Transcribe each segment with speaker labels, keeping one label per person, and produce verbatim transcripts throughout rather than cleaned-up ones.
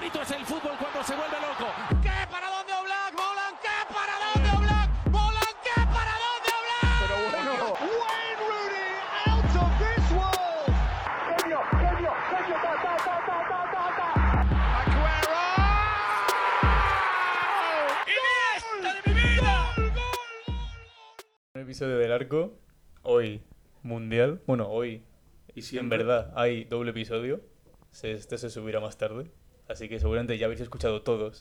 Speaker 1: bonito es el fútbol cuando se vuelve loco. ¡Qué paradón de Oblak! ¡Molan! ¡Qué paradón de Oblak! ¡Molan! ¡Qué paradón de Oblak!
Speaker 2: Pero bueno, Wayne Rooney out of this world. Genio, genio, genio, ta ta ta ta ta ta ta.
Speaker 1: ¡Aguero! ¡Iniesta de mi vida! ¡Gol, gol, gol!
Speaker 3: Un episodio del Arco, hoy mundial, bueno, hoy
Speaker 4: Y
Speaker 3: en
Speaker 4: siempre.
Speaker 3: verdad hay doble episodio, se- este se subirá más tarde, así que seguramente ya habéis escuchado todos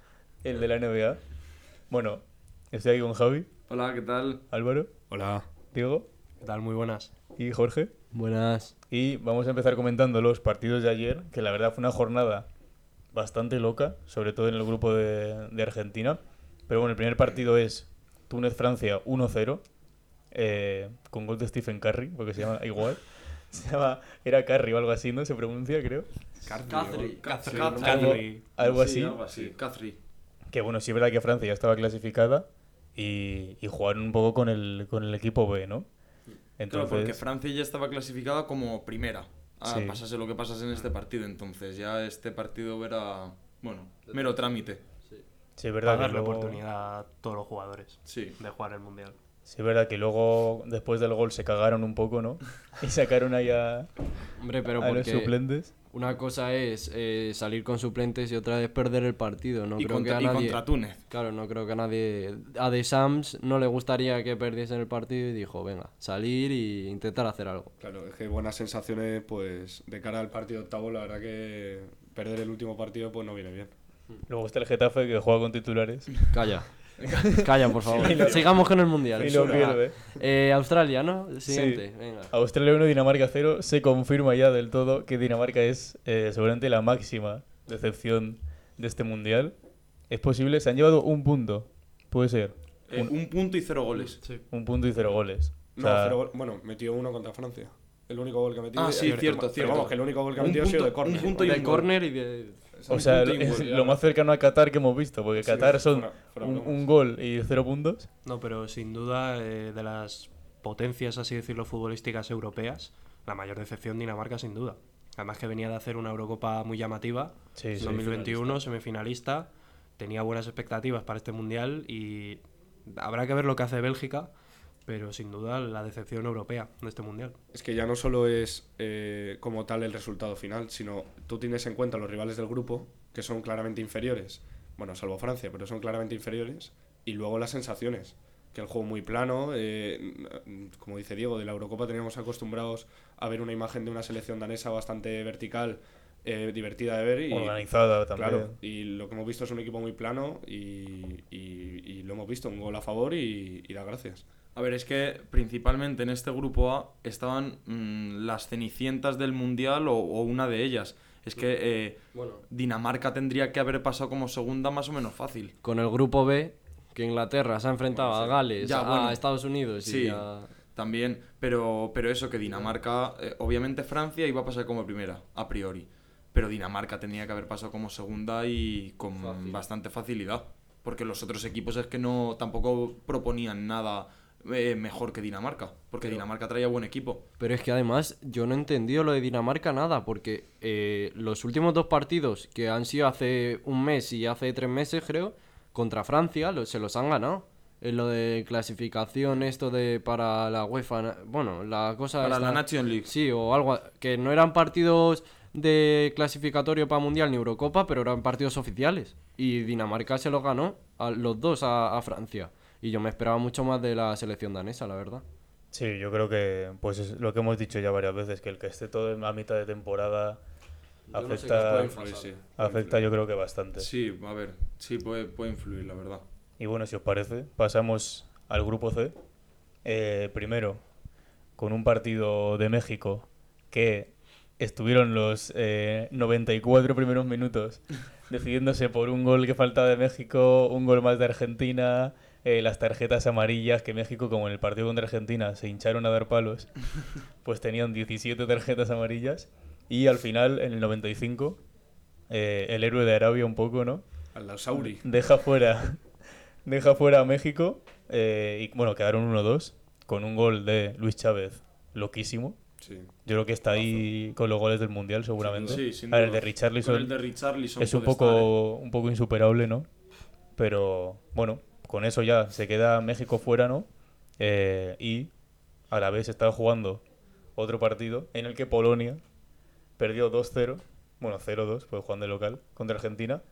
Speaker 3: el de la N B A. Bueno, estoy aquí con Javi,
Speaker 4: Hola, ¿qué tal?
Speaker 3: Álvaro,
Speaker 5: Hola.
Speaker 3: Diego
Speaker 5: ¿Qué tal? Muy buenas.
Speaker 3: y Jorge.
Speaker 5: Buenas.
Speaker 3: Y vamos a empezar comentando los partidos de ayer, que la verdad fue una jornada bastante loca, sobre todo en el grupo de, de Argentina. Pero bueno, el primer partido es Túnez-Francia uno cero, eh, con gol de Stephen Curry, porque se llama igual. Se llama, era Curry o algo así, ¿no? Se pronuncia, creo.
Speaker 4: Catherine.
Speaker 5: Catherine.
Speaker 3: Algo,
Speaker 5: Catherine.
Speaker 3: algo
Speaker 4: Sí,
Speaker 3: así.
Speaker 4: algo así. Catherine.
Speaker 3: Que bueno, sí es verdad que Francia ya estaba clasificada y, y jugaron un poco con el, con el equipo B, ¿no?
Speaker 4: Claro, porque
Speaker 3: Entonces,
Speaker 4: Francia ya estaba clasificada como primera. Ah,
Speaker 3: Sí.
Speaker 4: pasase lo que pasase en este partido, entonces ya este partido era, bueno, mero trámite.
Speaker 3: sí es
Speaker 5: Va
Speaker 3: verdad
Speaker 5: a
Speaker 3: que
Speaker 5: darle
Speaker 3: luego,
Speaker 5: oportunidad a todos los jugadores
Speaker 4: Sí.
Speaker 5: de jugar el Mundial.
Speaker 3: sí es verdad que luego después del gol se cagaron un poco, ¿no? Y sacaron ahí a,
Speaker 6: Hombre, pero
Speaker 3: a los
Speaker 6: porque
Speaker 3: suplentes.
Speaker 6: una cosa es eh, salir con suplentes y otra es perder el partido. No
Speaker 4: y
Speaker 6: creo
Speaker 4: contra,
Speaker 6: que
Speaker 4: y
Speaker 6: a nadie.
Speaker 4: contra Túnez.
Speaker 6: Claro, no creo que a nadie. A De Sams no le gustaría que perdiesen el partido y dijo, venga, salir y intentar hacer algo.
Speaker 7: Claro, es que buenas sensaciones, pues de cara al partido octavo, la verdad que perder el último partido pues no viene bien.
Speaker 3: Luego está el Getafe que juega con titulares
Speaker 6: Calla. Calla, por favor.
Speaker 3: Sí, lo-
Speaker 6: Sigamos con el mundial.
Speaker 3: y lo
Speaker 6: Venga.
Speaker 3: pierde.
Speaker 6: Eh, Australia, ¿no? Siguiente,
Speaker 3: Sí.
Speaker 6: venga.
Speaker 3: Australia uno, Dinamarca cero. Se confirma ya del todo que Dinamarca es eh, seguramente la máxima decepción de este mundial. Es posible, se han llevado un punto. Puede ser.
Speaker 4: Eh, un punto y cero goles.
Speaker 3: Un punto y cero goles. O
Speaker 7: No,
Speaker 3: sea,
Speaker 7: cero gol- bueno, metió uno contra Francia. El único gol que ha metido.
Speaker 4: Ah, sí,
Speaker 7: Pero-
Speaker 4: cierto,
Speaker 7: pero
Speaker 4: cierto.
Speaker 7: vamos, que el único gol que ha
Speaker 4: Un
Speaker 7: metido ha sido de
Speaker 4: punto-
Speaker 7: córner.
Speaker 4: un punto y
Speaker 6: De
Speaker 4: un gol.
Speaker 6: córner y de.
Speaker 3: o sea,
Speaker 4: punto y un
Speaker 3: es
Speaker 4: gol, ya.
Speaker 3: lo más cercano a Qatar que hemos visto, porque
Speaker 7: Sí,
Speaker 3: Qatar son
Speaker 7: fuera- fuera
Speaker 3: un,
Speaker 7: bromas.
Speaker 3: un gol y cero puntos.
Speaker 5: No, pero sin duda eh, de las potencias, así decirlo, futbolísticas europeas, la mayor decepción Dinamarca sin duda. Además que venía de hacer una Eurocopa muy llamativa,
Speaker 3: Sí, sí.
Speaker 5: dos mil veintiuno, semifinalista, tenía buenas expectativas para este Mundial y habrá que ver lo que hace Bélgica, pero sin duda la decepción europea de este Mundial.
Speaker 7: Es que ya no solo es eh, como tal el resultado final, sino tú tienes en cuenta los rivales del grupo, que son claramente inferiores, bueno, salvo Francia, pero son claramente inferiores, y luego las sensaciones, que el juego muy plano, eh, como dice Diego, de la Eurocopa teníamos acostumbrados a ver una imagen de una selección danesa bastante vertical, eh, divertida de ver, y
Speaker 3: Organizada también.
Speaker 7: claro, y lo que hemos visto es un equipo muy plano, y, y- y lo hemos visto, un gol a favor y, y da gracias.
Speaker 4: A ver, es que principalmente en este grupo A estaban mm, las cenicientas del Mundial o, o una de ellas. Es que eh,
Speaker 6: Bueno.
Speaker 4: Dinamarca tendría que haber pasado como segunda más o menos fácil.
Speaker 6: Con el grupo B, que Inglaterra se ha enfrentado a Gales,
Speaker 4: Ya,
Speaker 6: a
Speaker 4: bueno.
Speaker 6: Estados Unidos y
Speaker 4: Sí,
Speaker 6: a...
Speaker 4: también, pero, pero eso, que Dinamarca, eh, obviamente Francia iba a pasar como primera, a priori, pero Dinamarca tendría que haber pasado como segunda y con
Speaker 6: Fácil.
Speaker 4: bastante facilidad, porque los otros equipos es que no tampoco proponían nada eh, mejor que Dinamarca, porque Dinamarca traía buen equipo.
Speaker 6: Pero es que además yo no he entendido lo de Dinamarca nada, porque eh, los últimos dos partidos que han sido hace un mes y hace tres meses, creo, contra Francia, lo- se los han ganado. En lo de clasificación, esto de para la UEFA, na- bueno, la cosa
Speaker 4: Para
Speaker 6: esta-
Speaker 4: la Nation League.
Speaker 6: Sí, o algo, que no eran partidos de clasificatorio para Mundial ni Eurocopa, pero eran partidos oficiales. Y Dinamarca se los ganó a los dos a, a Francia. Y yo me esperaba mucho más de la selección danesa, la verdad.
Speaker 3: Sí, yo creo que pues es lo que hemos dicho ya varias veces, que el que esté todo a mitad de temporada
Speaker 6: Yo no sé
Speaker 3: afecta,
Speaker 6: qué
Speaker 7: Puede
Speaker 6: puede
Speaker 7: influir, sí.
Speaker 3: afecta yo creo que bastante.
Speaker 4: Sí, a ver, sí puede, puede influir, la verdad.
Speaker 3: Y bueno, si os parece, pasamos al grupo C. Eh, primero, con un partido de México que estuvieron los eh, noventa y cuatro primeros minutos decidiéndose por un gol que faltaba de México, un gol más de Argentina, eh, las tarjetas amarillas, que México, como en el partido contra Argentina, se hincharon a dar palos, pues tenían diecisiete tarjetas amarillas. Y al final, en el noventa y cinco, eh, el héroe de Arabia un poco, ¿no?
Speaker 7: Al la Sauri.
Speaker 3: Deja fuera, deja fuera a México eh, y bueno, quedaron uno dos con un gol de Luis Chávez loquísimo.
Speaker 7: Sí.
Speaker 3: Yo creo que está ahí con los goles del Mundial, seguramente.
Speaker 4: Sí, sin
Speaker 3: A ver, el
Speaker 4: duda.
Speaker 3: de Richarlison
Speaker 4: Con el de Richarlison
Speaker 3: es un
Speaker 4: puede
Speaker 3: poco,
Speaker 4: estar, ¿eh?
Speaker 3: un poco insuperable, ¿no? Pero bueno, con eso ya se queda México fuera, ¿no? Eh, y a la vez está jugando otro partido en el que Polonia perdió dos cero, bueno, cero dos, pues jugando de local contra Argentina,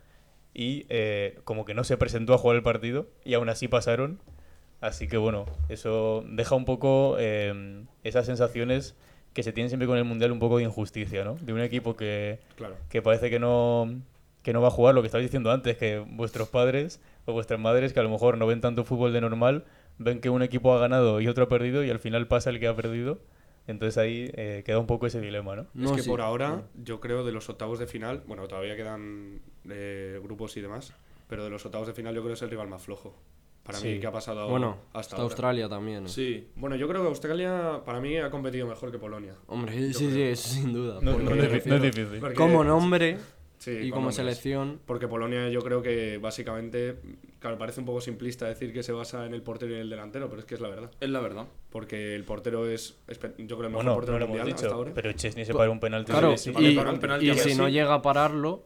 Speaker 3: y eh, como que no se presentó a jugar el partido y aún así pasaron. Así que bueno, eso deja un poco eh, esas sensaciones que se tienen siempre con el Mundial, un poco de injusticia, ¿no? De un equipo que,
Speaker 7: Claro.
Speaker 3: que parece que no, que no va a jugar, lo que estabais diciendo antes, que vuestros padres o vuestras madres, que a lo mejor no ven tanto fútbol de normal, ven que un equipo ha ganado y otro ha perdido y al final pasa el que ha perdido. Entonces ahí eh, queda un poco ese dilema, ¿no?
Speaker 6: No,
Speaker 7: es que
Speaker 6: sí.
Speaker 7: por ahora, yo creo de los octavos de final, bueno, todavía quedan eh, grupos y demás, pero de los octavos de final yo creo que es el rival más flojo. Para
Speaker 3: Sí.
Speaker 7: mí, que ha pasado
Speaker 6: Bueno,
Speaker 7: hasta
Speaker 6: está
Speaker 7: ahora.
Speaker 6: Australia también. ¿eh?
Speaker 4: Sí.
Speaker 7: Bueno, yo creo que Australia, para mí, ha competido mejor que Polonia.
Speaker 6: Hombre,
Speaker 7: Yo
Speaker 6: sí, sí,
Speaker 7: creo.
Speaker 6: eso sin duda.
Speaker 3: No,
Speaker 6: porque
Speaker 3: no
Speaker 6: me
Speaker 3: es, difí-
Speaker 6: refiero-
Speaker 3: no es difícil.
Speaker 7: Porque-
Speaker 6: Como nombre
Speaker 7: Sí,
Speaker 6: y
Speaker 7: con
Speaker 6: como
Speaker 7: nombres.
Speaker 6: selección.
Speaker 7: Porque Polonia yo creo que básicamente, claro, parece un poco simplista decir que se basa en el portero y en el delantero, pero es que es la verdad.
Speaker 4: Es la verdad.
Speaker 7: Porque el portero es, espe- yo creo, el mejor
Speaker 3: Bueno,
Speaker 7: portero
Speaker 3: no lo
Speaker 7: mundial
Speaker 3: hemos
Speaker 7: hasta
Speaker 3: dicho,
Speaker 7: ahora.
Speaker 3: pero Chesney se para un penalti.
Speaker 6: Claro,
Speaker 3: sí, sí.
Speaker 7: vale,
Speaker 6: y,
Speaker 7: para un penalti
Speaker 6: y
Speaker 7: a
Speaker 6: si
Speaker 7: Messi.
Speaker 6: no llega a pararlo,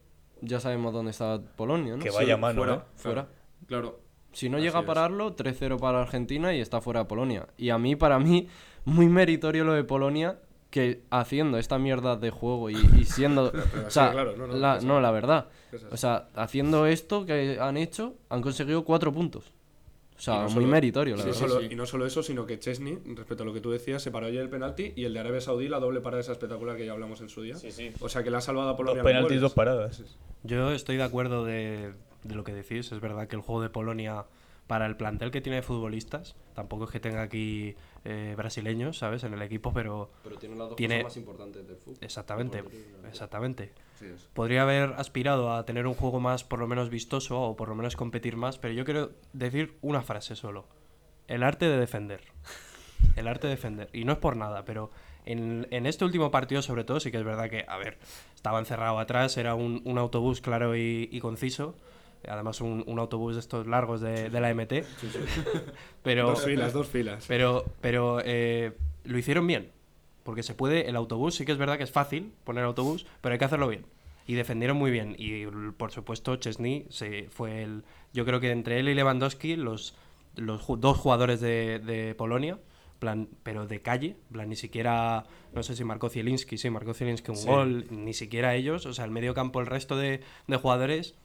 Speaker 6: ya sabemos dónde está Polonia, ¿no?
Speaker 3: Que
Speaker 6: Sí,
Speaker 3: vaya mano,
Speaker 4: fuera.
Speaker 3: ¿eh?
Speaker 6: fuera.
Speaker 4: Claro.
Speaker 6: Si no
Speaker 7: Así
Speaker 6: llega a
Speaker 7: es.
Speaker 6: pararlo, tres cero para Argentina y está fuera Polonia. Y a mí, para mí, muy meritorio lo de Polonia, que haciendo esta mierda de juego y, y siendo...
Speaker 7: Pero
Speaker 6: o
Speaker 7: sí,
Speaker 6: sea,
Speaker 7: claro, no, no,
Speaker 6: la,
Speaker 7: eso-
Speaker 6: no, la verdad.
Speaker 7: eso es.
Speaker 6: O sea, haciendo esto que han hecho, han conseguido cuatro puntos. O sea,
Speaker 7: Y no
Speaker 6: muy
Speaker 7: solo-
Speaker 6: meritorio, la
Speaker 7: y no
Speaker 6: verdad.
Speaker 7: solo-
Speaker 4: sí.
Speaker 7: Y no solo eso, sino que Chesney, respecto a lo que tú decías, se paró ya el penalti y el de Arabia Saudí, la doble parada esa espectacular que ya hablamos en su día.
Speaker 3: Sí, sí.
Speaker 7: O sea que le ha salvado a
Speaker 3: Dos
Speaker 7: Polonia. los
Speaker 3: penaltis,
Speaker 7: goles.
Speaker 3: dos paradas.
Speaker 5: Yo estoy de acuerdo de, de lo que decís. Es verdad que el juego de Polonia, para el plantel que tiene de futbolistas, tampoco es que tenga aquí eh, brasileños, ¿sabes? En el equipo, pero
Speaker 6: Pero tiene las dos
Speaker 5: Tiene-
Speaker 6: cosas más importantes del fútbol.
Speaker 5: exactamente, exactamente.
Speaker 7: Sí, es.
Speaker 5: Podría haber aspirado a tener un juego más, por lo menos vistoso, o por lo menos competir más, pero yo quiero decir una frase solo. El arte de defender. El arte de defender. Y no es por nada, pero en, en este último partido, sobre todo, sí que es verdad que, a ver, estaba encerrado atrás, era un, un autobús claro y, y conciso. Además, un, un autobús de estos largos de, de la M T. Pero,
Speaker 7: Dos filas, dos filas.
Speaker 5: pero, pero eh, lo hicieron bien. Porque se puede, el autobús, sí que es verdad que es fácil poner autobús, pero hay que hacerlo bien. Y defendieron muy bien. Y por supuesto, Chesney se fue el. Yo creo que entre él y Lewandowski, los, los ju- dos jugadores de, de Polonia, plan, pero de calle, plan, ni siquiera. No sé si marcó Zielinski, sí, marcó Zielinski un
Speaker 3: Sí.
Speaker 5: gol, ni siquiera ellos. O sea, el medio campo, el resto de, de jugadores,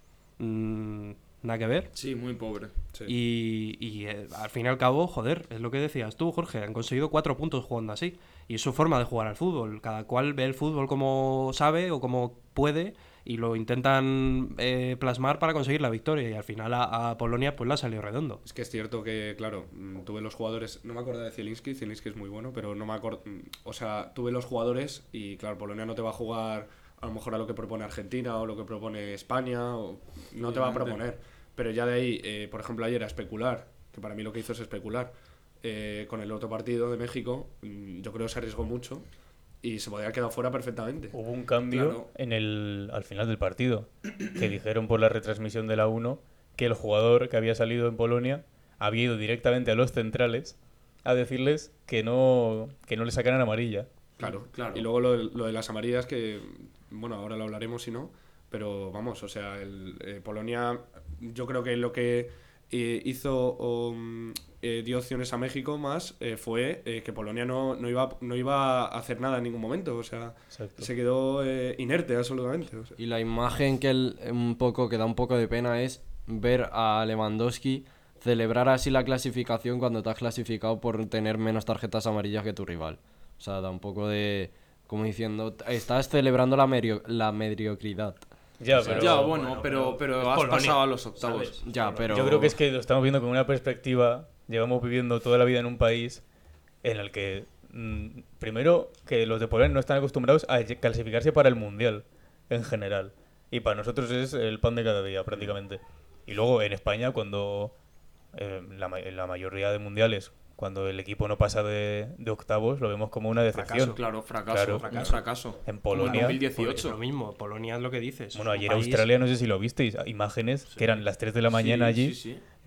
Speaker 5: mmm, nada que ver.
Speaker 4: Sí, muy pobre.
Speaker 7: Sí.
Speaker 5: Y, y, eh, al fin y al cabo, joder, es lo que decías tú, Jorge, han conseguido cuatro puntos jugando así. Y es su forma de jugar al fútbol. Cada cual ve el fútbol como sabe o como puede y lo intentan eh, plasmar para conseguir la victoria. Y al final a, a Polonia pues la ha salido redondo.
Speaker 7: Es que es cierto que, claro, mm, tuve los jugadores, no me acuerdo de Zielinski, Zielinski es muy bueno, pero no me acuerdo, o sea, tuve los jugadores y, claro, Polonia no te va a jugar a lo mejor a lo que propone Argentina o lo que propone España, o no te va a
Speaker 4: Obviamente.
Speaker 7: proponer, pero ya de ahí, eh, por ejemplo, ayer a especular, que para mí lo que hizo es especular, eh, con el otro partido de México, mm, yo creo que se arriesgó mucho y se podía haber quedado fuera perfectamente.
Speaker 3: Hubo un cambio
Speaker 4: Claro.
Speaker 3: en el, al final del partido, que dijeron por la retransmisión de la uno que el jugador que había salido en Polonia había ido directamente a los centrales a decirles que no, que no le sacaran amarilla.
Speaker 7: Claro,
Speaker 4: Claro.
Speaker 7: Y luego lo, de- lo de las amarillas que, bueno, ahora lo hablaremos si no, pero vamos, o sea, el, eh, Polonia, yo creo que lo que eh, hizo o mm, eh, dio opciones a México más eh, fue eh, que Polonia no, no, iba, no iba a hacer nada en ningún momento, o sea,
Speaker 3: Exacto.
Speaker 7: se quedó eh, inerte absolutamente. O sea.
Speaker 6: Y la imagen que el- un poco que da un poco de pena es ver a Lewandowski celebrar así la clasificación cuando te has clasificado por tener menos tarjetas amarillas que tu rival. O sea, da un poco de... como diciendo, estás celebrando la, medio- la mediocridad.
Speaker 3: Ya, pero
Speaker 4: ya, bueno, pero, pero
Speaker 5: es
Speaker 4: has
Speaker 5: Polonia,
Speaker 4: pasado a los octavos.
Speaker 5: ¿sabes?
Speaker 6: Ya, pero...
Speaker 3: yo creo que es que lo estamos viendo con una perspectiva. Llevamos viviendo toda la vida en un país en el que, mm, primero, que los de Polonia no están acostumbrados a clasificarse para el Mundial en general. Y para nosotros es el pan de cada día, prácticamente. Y luego en España, cuando eh, la, ma- en la mayoría de mundiales, cuando el equipo no pasa de, de octavos, lo vemos como una decepción.
Speaker 4: Claro, fracaso,
Speaker 3: Claro.
Speaker 4: un fracaso.
Speaker 3: En
Speaker 4: Como
Speaker 3: Polonia,
Speaker 4: dos mil
Speaker 5: Pues es
Speaker 4: dieciocho.
Speaker 5: lo mismo, Polonia es lo que dices.
Speaker 3: bueno,
Speaker 5: es un
Speaker 3: ayer
Speaker 5: país-
Speaker 3: Australia, no sé si lo visteis, imágenes que eran las tres de la mañana
Speaker 4: Sí,
Speaker 3: allí.
Speaker 4: sí, sí.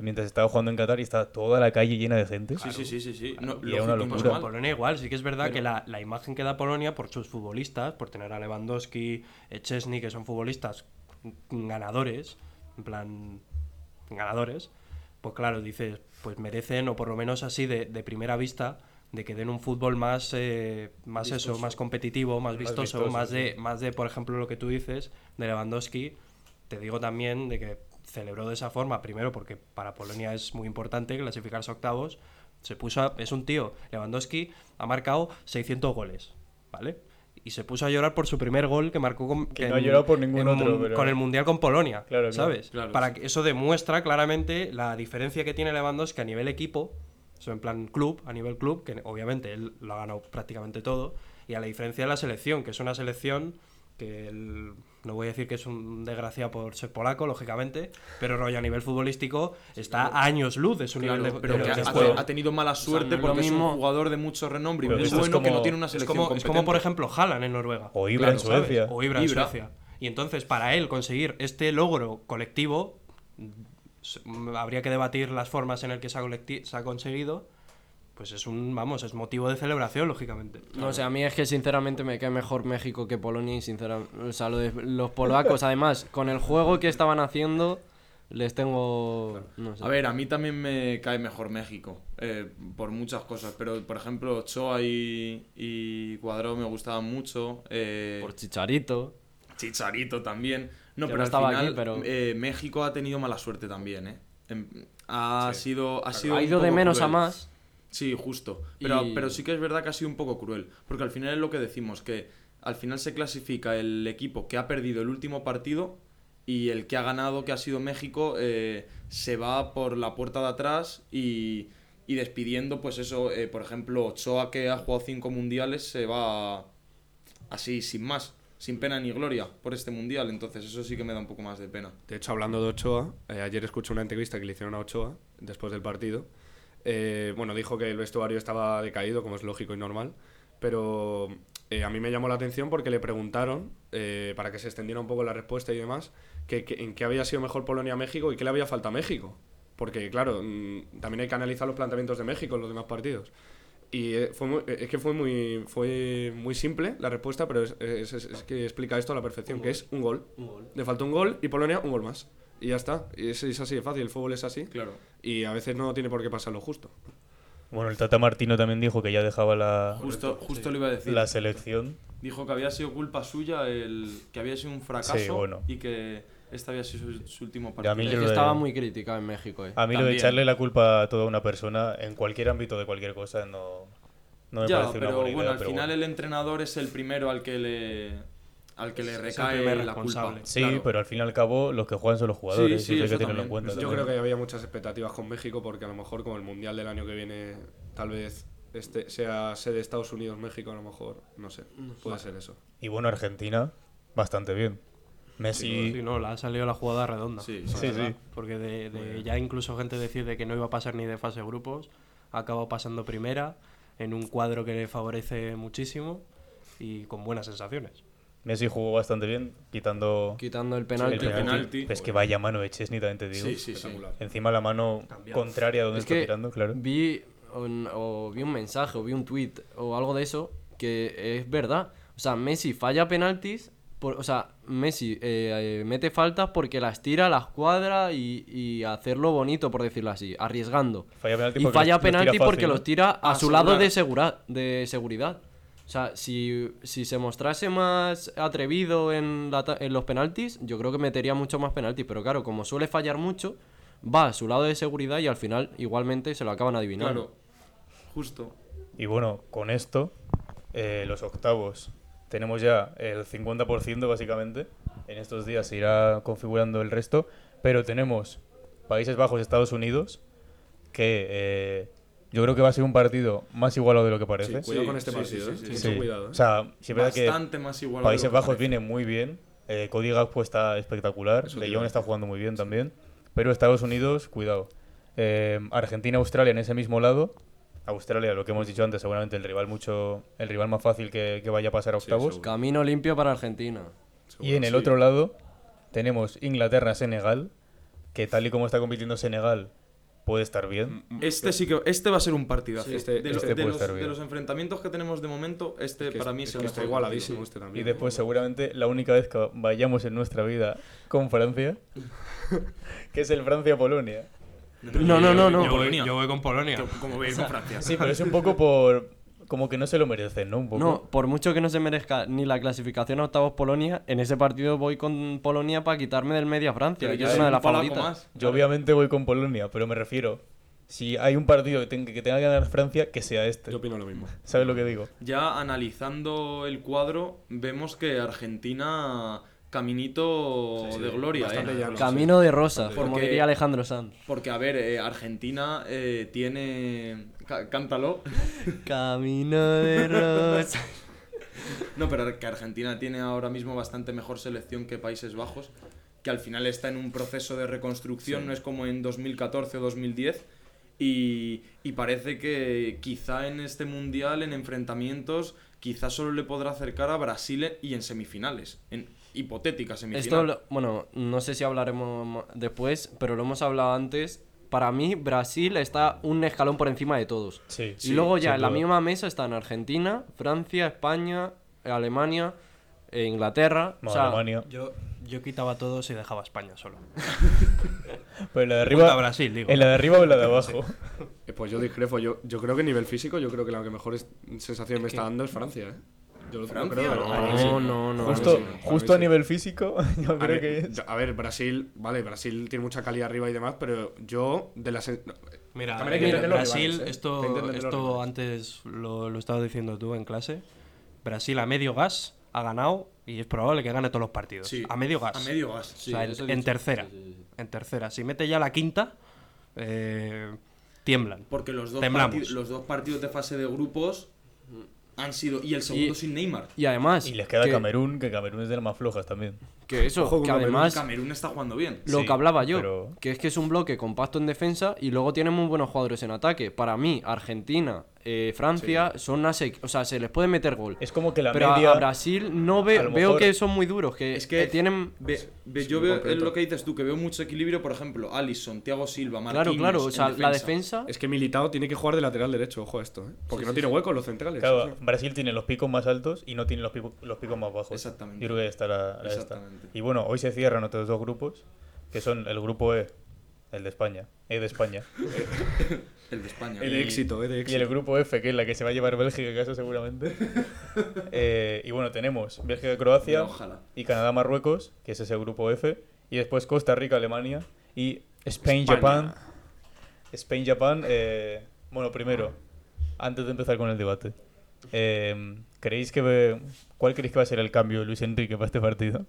Speaker 3: mientras estaba jugando en Qatar y estaba toda la calle llena de gente.
Speaker 4: Sí, sí, sí, sí, sí. No,
Speaker 3: Y era una
Speaker 4: lógico,
Speaker 3: locura.
Speaker 4: normal.
Speaker 5: Polonia igual, sí que es verdad
Speaker 4: Pero-
Speaker 5: que la, la imagen que da Polonia por sus futbolistas, por tener a Lewandowski, Chesney, que son futbolistas ganadores, en plan ganadores, pues claro, dices, pues merecen, o por lo menos así de, de primera vista, de que den un fútbol más, eh, más eso, más competitivo, más
Speaker 3: Más
Speaker 5: vistoso,
Speaker 3: vistoso,
Speaker 5: más de,
Speaker 3: sí.
Speaker 5: más de, por ejemplo, lo que tú dices de Lewandowski. Te digo también de que celebró de esa forma, primero porque para Polonia es muy importante clasificarse a octavos. Se puso a- es un tío, Lewandowski ha marcado seiscientos goles, ¿vale? Y se puso a llorar por su primer gol que marcó con,
Speaker 3: Que no ha llorado por ningún
Speaker 5: en
Speaker 3: otro,
Speaker 5: mun-
Speaker 3: pero-
Speaker 5: con el Mundial con Polonia,
Speaker 3: Claro, claro.
Speaker 5: ¿sabes?
Speaker 4: Claro,
Speaker 5: Para
Speaker 4: sí.
Speaker 5: que eso demuestra claramente la diferencia que tiene Lewandowski a nivel equipo, eso en plan club, a nivel club, que obviamente él lo ha ganado prácticamente todo, y a la diferencia de la selección, que es una selección que el- no voy a decir que es un desgraciado por ser polaco, lógicamente, pero rollo a nivel futbolístico está a años luz de su
Speaker 4: Claro,
Speaker 5: nivel de,
Speaker 4: pero
Speaker 5: de-
Speaker 4: que
Speaker 5: de
Speaker 4: ha,
Speaker 5: juego.
Speaker 4: ha tenido mala suerte
Speaker 6: no es lo
Speaker 4: porque es
Speaker 6: mismo-
Speaker 4: un jugador de mucho renombre y
Speaker 3: Pero
Speaker 4: muy
Speaker 3: esto es
Speaker 4: bueno que
Speaker 3: como-
Speaker 4: no tiene una
Speaker 5: Es
Speaker 4: selección
Speaker 5: como, es
Speaker 4: competente.
Speaker 5: como, por ejemplo, Haaland en Noruega.
Speaker 3: O Ibra en
Speaker 5: ¿sabes?
Speaker 3: Suecia.
Speaker 5: O Ibra en
Speaker 4: Ibra.
Speaker 5: Suecia. Y entonces, para él conseguir este logro colectivo, s- mm, habría que debatir las formas en las que se ha, colecti- se ha conseguido. Pues es un, vamos, es motivo de celebración, lógicamente.
Speaker 6: No sé, a mí es que sinceramente me cae mejor México que Polonia y sinceramente, o sea, lo de los polacos, además, con el juego que estaban haciendo, les tengo, no sé.
Speaker 4: A ver, a mí también me cae mejor México, eh, por muchas cosas, pero por ejemplo Ochoa y, y Cuadrado me gustaban mucho, eh,
Speaker 6: Por Chicharito.
Speaker 4: Chicharito también, no,
Speaker 6: Que
Speaker 4: pero
Speaker 6: no
Speaker 4: al
Speaker 6: estaba
Speaker 4: final
Speaker 6: aquí, pero-
Speaker 4: eh, México ha tenido mala suerte también, ¿eh? Em, Ha sido, ha sido
Speaker 6: Ha
Speaker 4: un
Speaker 6: ido de
Speaker 4: poco
Speaker 6: menos a
Speaker 4: cruel.
Speaker 6: más.
Speaker 4: Sí, justo. Pero,
Speaker 6: Y-
Speaker 4: pero sí que es verdad que ha sido un poco cruel. Porque al final es lo que decimos, que al final se clasifica el equipo que ha perdido el último partido y el que ha ganado, que ha sido México, eh, se va por la puerta de atrás y, y despidiendo, pues eso, eh, por ejemplo, Ochoa, que ha jugado cinco mundiales, se va así, sin más, sin pena ni gloria, por este mundial. Entonces eso sí que me da un poco más de pena.
Speaker 7: De hecho, hablando de Ochoa, eh, ayer escuché una entrevista que le hicieron a Ochoa después del partido. Eh, bueno, dijo que el vestuario estaba decaído, como es lógico y normal, pero eh, a mí me llamó la atención porque le preguntaron, eh, para que se extendiera un poco la respuesta y demás, que, que- en qué había sido mejor Polonia-México y qué le había faltado a México. Porque, claro, mm, también hay que analizar los planteamientos de México en los demás partidos. Y eh, fue muy- es que fue muy, fue muy simple la respuesta, pero es, es- es- es que explica esto a la perfección, que es un gol. Le faltó un gol y Polonia un gol más. Y ya está. Y es, es así de fácil, el fútbol es así.
Speaker 4: Claro.
Speaker 7: Y a veces no tiene por qué pasar lo justo.
Speaker 3: Bueno, el Tata Martino también dijo que ya dejaba la,
Speaker 4: Justo, justo lo iba a decir.
Speaker 3: la selección.
Speaker 4: Dijo que había sido culpa suya, el que había sido un fracaso
Speaker 3: Sí, bueno.
Speaker 4: y que este había sido su, su último
Speaker 3: Y a
Speaker 4: partido.
Speaker 3: mí
Speaker 6: Es
Speaker 3: lo
Speaker 6: que
Speaker 3: de-
Speaker 6: estaba muy crítica en México, eh.
Speaker 3: A mí lo de
Speaker 4: También.
Speaker 3: echarle la culpa a toda una persona en cualquier ámbito de cualquier cosa no, no me
Speaker 4: ya,
Speaker 3: parece una
Speaker 4: pero
Speaker 3: buena idea.
Speaker 4: bueno, al
Speaker 3: pero
Speaker 4: final
Speaker 3: bueno.
Speaker 4: el entrenador es el primero al que le al que le
Speaker 5: Es el
Speaker 4: recae
Speaker 5: primer
Speaker 4: la culpa.
Speaker 5: responsable.
Speaker 3: Sí,
Speaker 4: Claro.
Speaker 3: pero al fin y al cabo los que juegan son los jugadores.
Speaker 4: Sí, sí,
Speaker 3: y eso hay
Speaker 4: eso
Speaker 3: que tenerlo en
Speaker 4: también.
Speaker 3: cuenta.
Speaker 7: Yo
Speaker 3: también.
Speaker 7: creo que había muchas expectativas con México porque a lo mejor como el Mundial del año que viene tal vez este sea sede Estados Unidos-México, a lo mejor, no sé, puede ser eso.
Speaker 3: Y bueno, Argentina, bastante bien. Messi,
Speaker 5: Sí, no, la ha salido la jugada redonda.
Speaker 4: Sí,
Speaker 5: la
Speaker 3: sí,
Speaker 5: verdad.
Speaker 3: sí.
Speaker 5: Porque de, de- ya incluso gente decide que no iba a pasar ni de fase de grupos, ha acabado pasando primera en un cuadro que le favorece muchísimo y con buenas sensaciones.
Speaker 3: Messi jugó bastante bien, quitando
Speaker 6: Quitando el
Speaker 3: el
Speaker 6: penalti.
Speaker 3: penalti.
Speaker 4: penalti.
Speaker 3: Es que vaya mano de Chesney, también te digo.
Speaker 4: Sí, sí, sí.
Speaker 7: Espectacular.
Speaker 3: Encima la mano
Speaker 5: Cambiado.
Speaker 3: contraria a donde
Speaker 6: Es
Speaker 3: está
Speaker 6: que
Speaker 3: tirando, claro.
Speaker 6: vi, un- o vi un mensaje o vi un tweet o algo de eso que es verdad. O sea, Messi falla penaltis, por, o sea, Messi eh, eh, mete faltas porque las tira, las cuadra y, y hacerlo bonito, por decirlo así, arriesgando.
Speaker 3: Falla penalti
Speaker 6: Y
Speaker 3: porque
Speaker 6: falla
Speaker 3: los- los tira
Speaker 6: penalti
Speaker 3: fácil,
Speaker 6: porque
Speaker 3: ¿no?
Speaker 6: los tira a,
Speaker 4: A
Speaker 6: su lado
Speaker 4: asegurar.
Speaker 6: de, segura- de seguridad. O sea, si, si se mostrase más atrevido en, la ta- en los penaltis, yo creo que metería mucho más penaltis. Pero claro, como suele fallar mucho, va a su lado de seguridad y al final igualmente se lo acaban adivinando.
Speaker 4: Claro. Justo.
Speaker 3: Y bueno, con esto, eh, los octavos, tenemos ya el cincuenta por ciento básicamente. En estos días se irá configurando el resto. Pero tenemos Países Bajos, Estados Unidos, que eh, yo creo que va a ser un partido más igualado de lo que
Speaker 7: Sí,
Speaker 3: parece.
Speaker 7: cuidado
Speaker 4: Sí,
Speaker 7: con este
Speaker 4: sí,
Speaker 7: partido,
Speaker 4: sí,
Speaker 7: ¿eh?
Speaker 4: sí, sí.
Speaker 7: Mucho
Speaker 3: Sí.
Speaker 7: cuidado, ¿eh?
Speaker 3: O sea, sí es verdad que
Speaker 4: Bastante más igual.
Speaker 3: Países Bajos viene muy bien. Eh, Cody Gakpo está espectacular.
Speaker 7: Eso
Speaker 3: De
Speaker 7: te
Speaker 3: Jong
Speaker 7: iba a
Speaker 3: está
Speaker 7: decir.
Speaker 3: jugando muy bien también. Pero Estados Unidos, cuidado. Eh, Argentina, Australia en ese mismo lado. Australia, lo que hemos dicho antes, seguramente el rival mucho el rival más fácil que, que vaya a pasar a
Speaker 7: Sí,
Speaker 3: octavos.
Speaker 7: seguro.
Speaker 6: Camino limpio para Argentina.
Speaker 3: y en el
Speaker 7: Sí.
Speaker 3: otro lado tenemos Inglaterra, Senegal, que tal y como está compitiendo Senegal, puede estar bien.
Speaker 4: Este sí que este va a ser un partidazo.
Speaker 7: Sí, este-
Speaker 4: de, lo-
Speaker 3: este
Speaker 4: de
Speaker 3: puede
Speaker 4: los,
Speaker 3: estar
Speaker 4: de
Speaker 3: bien.
Speaker 4: los enfrentamientos que tenemos de momento, este
Speaker 7: Que
Speaker 4: para
Speaker 7: es-
Speaker 4: mí
Speaker 7: es
Speaker 4: es el
Speaker 7: que está
Speaker 4: mejor
Speaker 7: igualadísimo
Speaker 4: partido.
Speaker 7: este también.
Speaker 3: Y después seguramente la única vez que vayamos en nuestra vida con Francia, que es el Francia-Polonia.
Speaker 6: No, no, no, no.
Speaker 5: Yo voy,
Speaker 4: Polonia.
Speaker 5: yo voy con Polonia.
Speaker 4: Que- Como veis con Francia.
Speaker 3: Sí, pero es un poco por... Como que no se lo merecen, ¿no? Un poco.
Speaker 6: No, por mucho que no se merezca ni la clasificación a octavos Polonia, en ese partido voy con Polonia para quitarme del medio a Francia,
Speaker 4: Pero
Speaker 6: que
Speaker 4: yo
Speaker 6: es
Speaker 4: soy
Speaker 6: una de
Speaker 4: un
Speaker 6: las
Speaker 4: polaco
Speaker 6: favoritas.
Speaker 4: más.
Speaker 3: Yo obviamente voy con Polonia, pero me refiero... Si hay un partido que, ten- que tenga que ganar Francia, que sea este.
Speaker 7: Yo opino lo mismo.
Speaker 3: ¿Sabes lo que digo?
Speaker 4: Ya analizando el cuadro, vemos que Argentina caminito
Speaker 7: Sí, sí,
Speaker 4: de gloria,
Speaker 7: bastante
Speaker 4: ¿eh?
Speaker 7: llano.
Speaker 6: Camino de rosa,
Speaker 7: Porque-
Speaker 6: como diría Alejandro Sanz.
Speaker 4: Porque, a ver, eh, Argentina eh, tiene... Cá- cántalo.
Speaker 6: Camino de rosa.
Speaker 4: No, pero que Argentina tiene ahora mismo bastante mejor selección que Países Bajos, que al final está en un proceso de reconstrucción, no es como en dos mil catorce o dos mil diez, y, y parece que quizá en este Mundial, en enfrentamientos, quizá solo le podrá acercar a Brasil y en semifinales, en hipotéticas
Speaker 6: Esto,
Speaker 4: semifinales.
Speaker 6: lo- bueno, no sé si hablaremos ma- después, pero lo hemos hablado antes. Para mí, Brasil está un escalón por encima de todos.
Speaker 3: Sí.
Speaker 6: Y luego ya
Speaker 3: sin
Speaker 6: en la
Speaker 3: duda.
Speaker 6: misma mesa están Argentina, Francia, España, Alemania, e Inglaterra.
Speaker 3: No,
Speaker 6: o sea,
Speaker 3: Alemania.
Speaker 5: Yo, yo quitaba todos y dejaba a España solo.
Speaker 3: Pero en la de
Speaker 5: Junto
Speaker 3: arriba.
Speaker 5: a Brasil, digo.
Speaker 3: ¿En la de arriba o en la de abajo?
Speaker 7: Eh, Pues yo discrepo. Yo, yo creo que a nivel físico, yo creo que la que mejor es- sensación me está dando es Francia, ¿eh? Yo lo
Speaker 4: ¿Francia?
Speaker 7: creo.
Speaker 4: No,
Speaker 7: para mí sí.
Speaker 6: no, no, no.
Speaker 3: Justo,
Speaker 7: sí, para mí
Speaker 3: justo a
Speaker 7: sí.
Speaker 3: nivel físico, yo
Speaker 7: A
Speaker 3: creo
Speaker 7: ver,
Speaker 3: que es.
Speaker 7: yo- a ver, Brasil, vale, Brasil tiene mucha calidad arriba y demás, pero yo de las...
Speaker 5: Mira,
Speaker 7: También hay que
Speaker 5: mira,
Speaker 7: entender los
Speaker 5: Brasil,
Speaker 7: rivales, ¿eh? Hay que
Speaker 5: esto,
Speaker 7: entender los
Speaker 5: esto
Speaker 7: rivales.
Speaker 5: antes lo, lo estabas diciendo tú en clase. Brasil a medio gas ha ganado y es probable que gane todos los partidos.
Speaker 4: Sí,
Speaker 5: a medio gas.
Speaker 4: A medio gas.
Speaker 5: O sea, en-
Speaker 6: eso he
Speaker 5: en
Speaker 6: dicho.
Speaker 5: tercera.
Speaker 6: Sí, sí, sí.
Speaker 5: En tercera. Si mete ya la quinta, eh, tiemblan.
Speaker 4: Porque los dos,
Speaker 5: Temblamos.
Speaker 4: parti- los dos partidos de fase de grupos han sido... Y el segundo
Speaker 6: Y-
Speaker 4: sin Neymar.
Speaker 6: Y además.
Speaker 3: Y les queda
Speaker 6: que,
Speaker 3: Camerún, que Camerún es de las más flojas también.
Speaker 6: Que eso,
Speaker 7: Ojo con
Speaker 6: que
Speaker 7: Camerún.
Speaker 6: además.
Speaker 4: Camerún está jugando bien.
Speaker 6: Lo
Speaker 3: Sí,
Speaker 6: que hablaba yo,
Speaker 3: pero-
Speaker 6: que es que es un bloque compacto en defensa y luego tienen muy buenos jugadores en ataque. Para mí, Argentina, eh, Francia, son ase- o sea, se les puede meter gol.
Speaker 3: Es como que la
Speaker 6: Pero a-
Speaker 3: media.
Speaker 6: a Brasil no ve-
Speaker 3: a lo
Speaker 6: veo
Speaker 3: mejor-
Speaker 6: que son muy duros, que,
Speaker 4: Es que
Speaker 6: que tienen...
Speaker 4: Ve, ve-
Speaker 7: sí,
Speaker 4: yo
Speaker 7: muy
Speaker 4: veo
Speaker 7: completo.
Speaker 4: es lo que dices tú, que veo mucho equilibrio, por ejemplo, Alisson, Thiago Silva, Marquinhos.
Speaker 6: Claro, claro, o
Speaker 4: en
Speaker 6: sea, la defensa...
Speaker 7: Es que Militao tiene que jugar de lateral derecho, ojo a esto, ¿eh? Porque no tiene hueco en los centrales.
Speaker 3: Claro,
Speaker 7: sí, sí.
Speaker 3: Brasil tiene los picos más altos y no tiene los, pico- los picos más bajos.
Speaker 4: Exactamente.
Speaker 3: Yo creo que está la, la esta.
Speaker 4: Exactamente.
Speaker 3: Y bueno, hoy se cierran otros dos grupos, que son el grupo E, el de España, E de España,
Speaker 4: El de España.
Speaker 7: Eh, de
Speaker 4: Y-
Speaker 7: éxito, eh, de
Speaker 3: y
Speaker 7: éxito.
Speaker 3: el grupo F, que es la que se va a llevar Bélgica a casa seguramente. Eh, y bueno, tenemos Bélgica-Croacia
Speaker 4: Ojalá.
Speaker 3: y Canadá-Marruecos, que es ese grupo F, y después Costa Rica-Alemania y Spain-Japan. Spain-Japan, eh, bueno, primero, antes de empezar con el debate, eh, ¿creéis que ve- ¿cuál creéis que va a ser el cambio de Luis Enrique para este partido?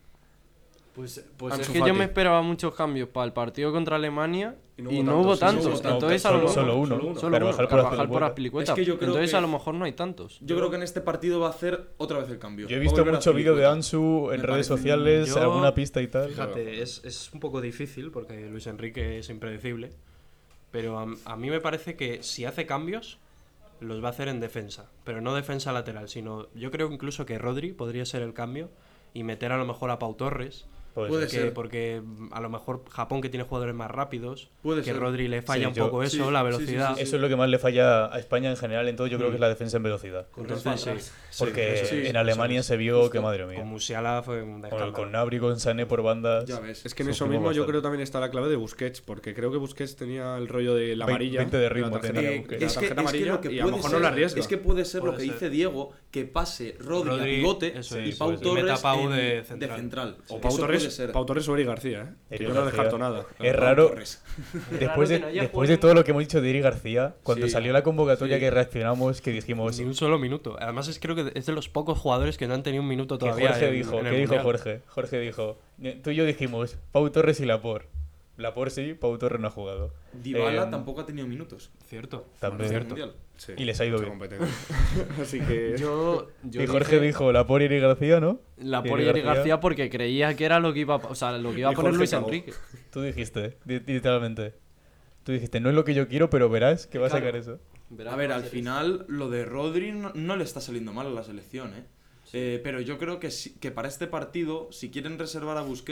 Speaker 6: Pues, pues
Speaker 7: Ansu
Speaker 6: es que yo
Speaker 7: Fati.
Speaker 6: me esperaba muchos cambios para el partido contra Alemania
Speaker 7: Y
Speaker 6: y
Speaker 7: no
Speaker 6: no,
Speaker 7: hubo
Speaker 6: hubo
Speaker 7: tantos,
Speaker 6: tantos.
Speaker 7: sí, no,
Speaker 6: Entonces, a
Speaker 3: solo,
Speaker 6: lo mejor...
Speaker 3: solo uno,
Speaker 7: solo uno.
Speaker 6: Solo
Speaker 3: Carvajal
Speaker 6: uno,
Speaker 3: por
Speaker 6: Carvajal por
Speaker 3: Azpilicueta.
Speaker 6: Azpilicueta.
Speaker 4: Es que yo creo
Speaker 6: Entonces
Speaker 4: que-
Speaker 6: a lo mejor no hay tantos.
Speaker 4: Yo creo que en este partido va a hacer otra vez el cambio.
Speaker 3: Yo he
Speaker 4: Va a
Speaker 3: visto
Speaker 4: volver a
Speaker 3: mucho vídeo de
Speaker 4: Azpilicueta.
Speaker 3: Ansu en
Speaker 4: Me
Speaker 3: redes
Speaker 4: parece-
Speaker 3: sociales,
Speaker 5: yo-
Speaker 3: alguna pista y tal.
Speaker 5: Fíjate, es, es un poco difícil porque Luis Enrique es impredecible. Pero a, a mí me parece que si hace cambios, los va a hacer en defensa. Pero no defensa lateral, sino yo creo incluso que Rodri podría ser el cambio y meter a lo mejor a Pau Torres.
Speaker 3: Puede
Speaker 4: Puede
Speaker 3: ser.
Speaker 5: Que-
Speaker 4: ser.
Speaker 5: porque mm, a lo mejor Japón, que tiene jugadores más rápidos,
Speaker 4: Puede
Speaker 5: que
Speaker 4: ser.
Speaker 5: Rodri le falla
Speaker 3: Sí,
Speaker 5: un
Speaker 3: yo-
Speaker 5: poco eso,
Speaker 4: sí,
Speaker 5: la
Speaker 4: sí, sí,
Speaker 5: velocidad.
Speaker 4: sí,
Speaker 3: Eso es lo que más le falla a España en general, en todo yo creo que es la defensa en velocidad.
Speaker 5: Entonces, sí.
Speaker 3: Porque
Speaker 5: eso sí,
Speaker 3: en
Speaker 5: eso
Speaker 3: Alemania
Speaker 5: es.
Speaker 3: se vio que, madre
Speaker 5: Con
Speaker 3: mía,
Speaker 5: Musiala fue un
Speaker 3: con,
Speaker 5: escándalo.
Speaker 3: con Gnabry, con Sané por bandas.
Speaker 4: Ya ves.
Speaker 7: Es que en eso
Speaker 3: Sufrimos
Speaker 7: mismo yo
Speaker 3: bastante.
Speaker 7: creo también está la clave de Busquets, porque creo que Busquets tenía el rollo de la
Speaker 3: Vein-
Speaker 7: amarilla.
Speaker 3: veinte de ritmo
Speaker 7: la tarjeta,
Speaker 3: tenía
Speaker 4: Eh,
Speaker 3: Busquets.
Speaker 7: la
Speaker 4: es, que,
Speaker 7: tarjeta
Speaker 4: es que
Speaker 7: amarilla
Speaker 4: lo que
Speaker 7: y a lo
Speaker 4: puede
Speaker 7: mejor
Speaker 4: ser,
Speaker 7: no la arriesga.
Speaker 4: es que puede ser lo
Speaker 5: Puede
Speaker 4: que
Speaker 5: ser.
Speaker 4: dice Diego, que pase Rodri, a
Speaker 5: Rodri,
Speaker 4: pivote
Speaker 5: eso
Speaker 4: y
Speaker 5: es,
Speaker 4: Pau
Speaker 5: eso es. Y meta
Speaker 4: Torres
Speaker 5: a Pau
Speaker 4: en-
Speaker 5: de central.
Speaker 4: central.
Speaker 7: O
Speaker 4: Eso
Speaker 7: Pau
Speaker 4: puede
Speaker 7: Torres,
Speaker 4: ser.
Speaker 7: Pau Torres o Eri García, ¿eh? Que
Speaker 3: Eri
Speaker 7: yo no
Speaker 3: García.
Speaker 7: descarto nada.
Speaker 3: Es
Speaker 4: Pau
Speaker 3: raro,
Speaker 4: Torres.
Speaker 3: después de,
Speaker 6: que no haya
Speaker 3: después de
Speaker 6: jugado
Speaker 3: todo lo que hemos dicho de Eri García, cuando
Speaker 4: Sí.
Speaker 3: salió la convocatoria
Speaker 4: Sí.
Speaker 3: que reaccionamos, que dijimos
Speaker 5: Ni un solo minuto. Además, es creo que es de los pocos jugadores que no han tenido un minuto
Speaker 3: que
Speaker 5: todavía.
Speaker 3: Jorge
Speaker 5: en-
Speaker 3: dijo,
Speaker 5: en el
Speaker 3: ¿qué dijo
Speaker 5: Mundial.
Speaker 3: Jorge? Jorge dijo, tú y yo dijimos, Pau Torres y Laporte. Laporte sí, Pau Torres no ha jugado.
Speaker 4: Dybala
Speaker 3: Eh,
Speaker 4: tampoco ha tenido minutos.
Speaker 5: Cierto.
Speaker 3: También.
Speaker 4: en el
Speaker 3: Cierto.
Speaker 4: Mundial.
Speaker 7: Sí,
Speaker 3: Y les ha ido
Speaker 7: mucha
Speaker 3: bien.
Speaker 7: competencia. Así que...
Speaker 6: Yo, yo
Speaker 3: Y Jorge
Speaker 6: dije
Speaker 3: dijo Laporte y Eri García, ¿no?
Speaker 6: la
Speaker 3: y
Speaker 6: por
Speaker 3: Eri
Speaker 6: Eri
Speaker 3: García.
Speaker 6: García porque creía que era lo que iba, a- o sea, lo que iba a
Speaker 7: Y
Speaker 6: poner
Speaker 7: Jorge
Speaker 6: Luis
Speaker 7: cagó.
Speaker 6: Enrique.
Speaker 3: Tú dijiste, li- literalmente. Tú dijiste, no es lo que yo quiero, pero verás que va a
Speaker 6: Claro.
Speaker 3: sacar eso.
Speaker 6: Verás
Speaker 4: A ver,
Speaker 6: que va
Speaker 4: al
Speaker 6: ser
Speaker 4: final lo de Rodri no, no le está saliendo mal a la selección, ¿eh? Eh, pero yo creo que, si- que para este partido, si quieren reservar a Busquets,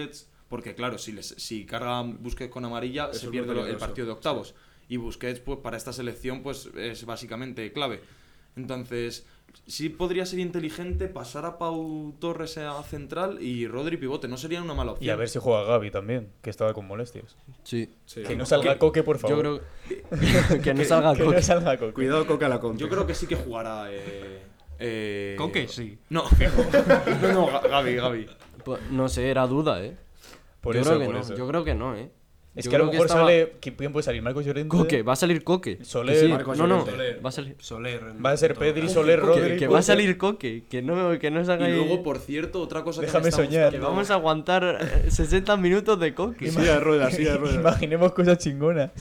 Speaker 4: porque claro, si les si carga Busquets con amarilla,
Speaker 7: Eso
Speaker 4: se
Speaker 7: es
Speaker 4: pierde
Speaker 7: muy
Speaker 4: lo- el
Speaker 7: peligroso,
Speaker 4: partido de octavos. Y Busquets, pues para esta selección, pues es básicamente clave. Entonces, sí podría ser inteligente pasar a Pau Torres a central y Rodri pivote, no sería una mala opción.
Speaker 3: Y a ver si juega Gavi también, que estaba con molestias.
Speaker 6: Sí.
Speaker 7: Sí.
Speaker 3: Que no salga Coque, por favor.
Speaker 6: Yo creo que no salga
Speaker 3: que
Speaker 6: Coque.
Speaker 3: no salga Coque.
Speaker 7: Cuidado, Coca la contra.
Speaker 4: Yo creo que sí que jugará. Eh, eh...
Speaker 5: Coque, sí.
Speaker 4: No, fijo. no, no, Ga- Gavi, Gavi.
Speaker 6: Pues, no sé, era duda, ¿eh?
Speaker 3: Por
Speaker 6: yo
Speaker 3: eso,
Speaker 6: creo que
Speaker 3: por
Speaker 6: no,
Speaker 3: eso.
Speaker 6: yo creo que no, ¿eh?
Speaker 3: Es
Speaker 6: Yo
Speaker 3: que a lo
Speaker 6: creo que
Speaker 3: mejor
Speaker 6: estaba-
Speaker 3: sale... ¿Quién puede salir? ¿Marcos Llorente?
Speaker 6: Coque, va a salir Coque.
Speaker 3: Soler,
Speaker 6: Que sí.
Speaker 7: Marcos
Speaker 6: No, no,
Speaker 7: Llorente.
Speaker 6: va a salir.
Speaker 5: Soler. en-
Speaker 3: Va a ser
Speaker 5: en todo
Speaker 3: Pedri,
Speaker 5: caso.
Speaker 3: Soler, Rodri...
Speaker 6: Que, que va a
Speaker 3: Coque.
Speaker 6: salir Coque, que no, que no se haga
Speaker 4: Y
Speaker 6: ahí-
Speaker 4: luego, por cierto, otra cosa que
Speaker 3: Déjame
Speaker 4: me está
Speaker 3: soñar.
Speaker 6: que
Speaker 4: gustando-
Speaker 6: vamos a aguantar eh, sesenta minutos de Coque.
Speaker 7: Silla de ruedas, silla de ruedas.
Speaker 3: Imaginemos cosas chingonas.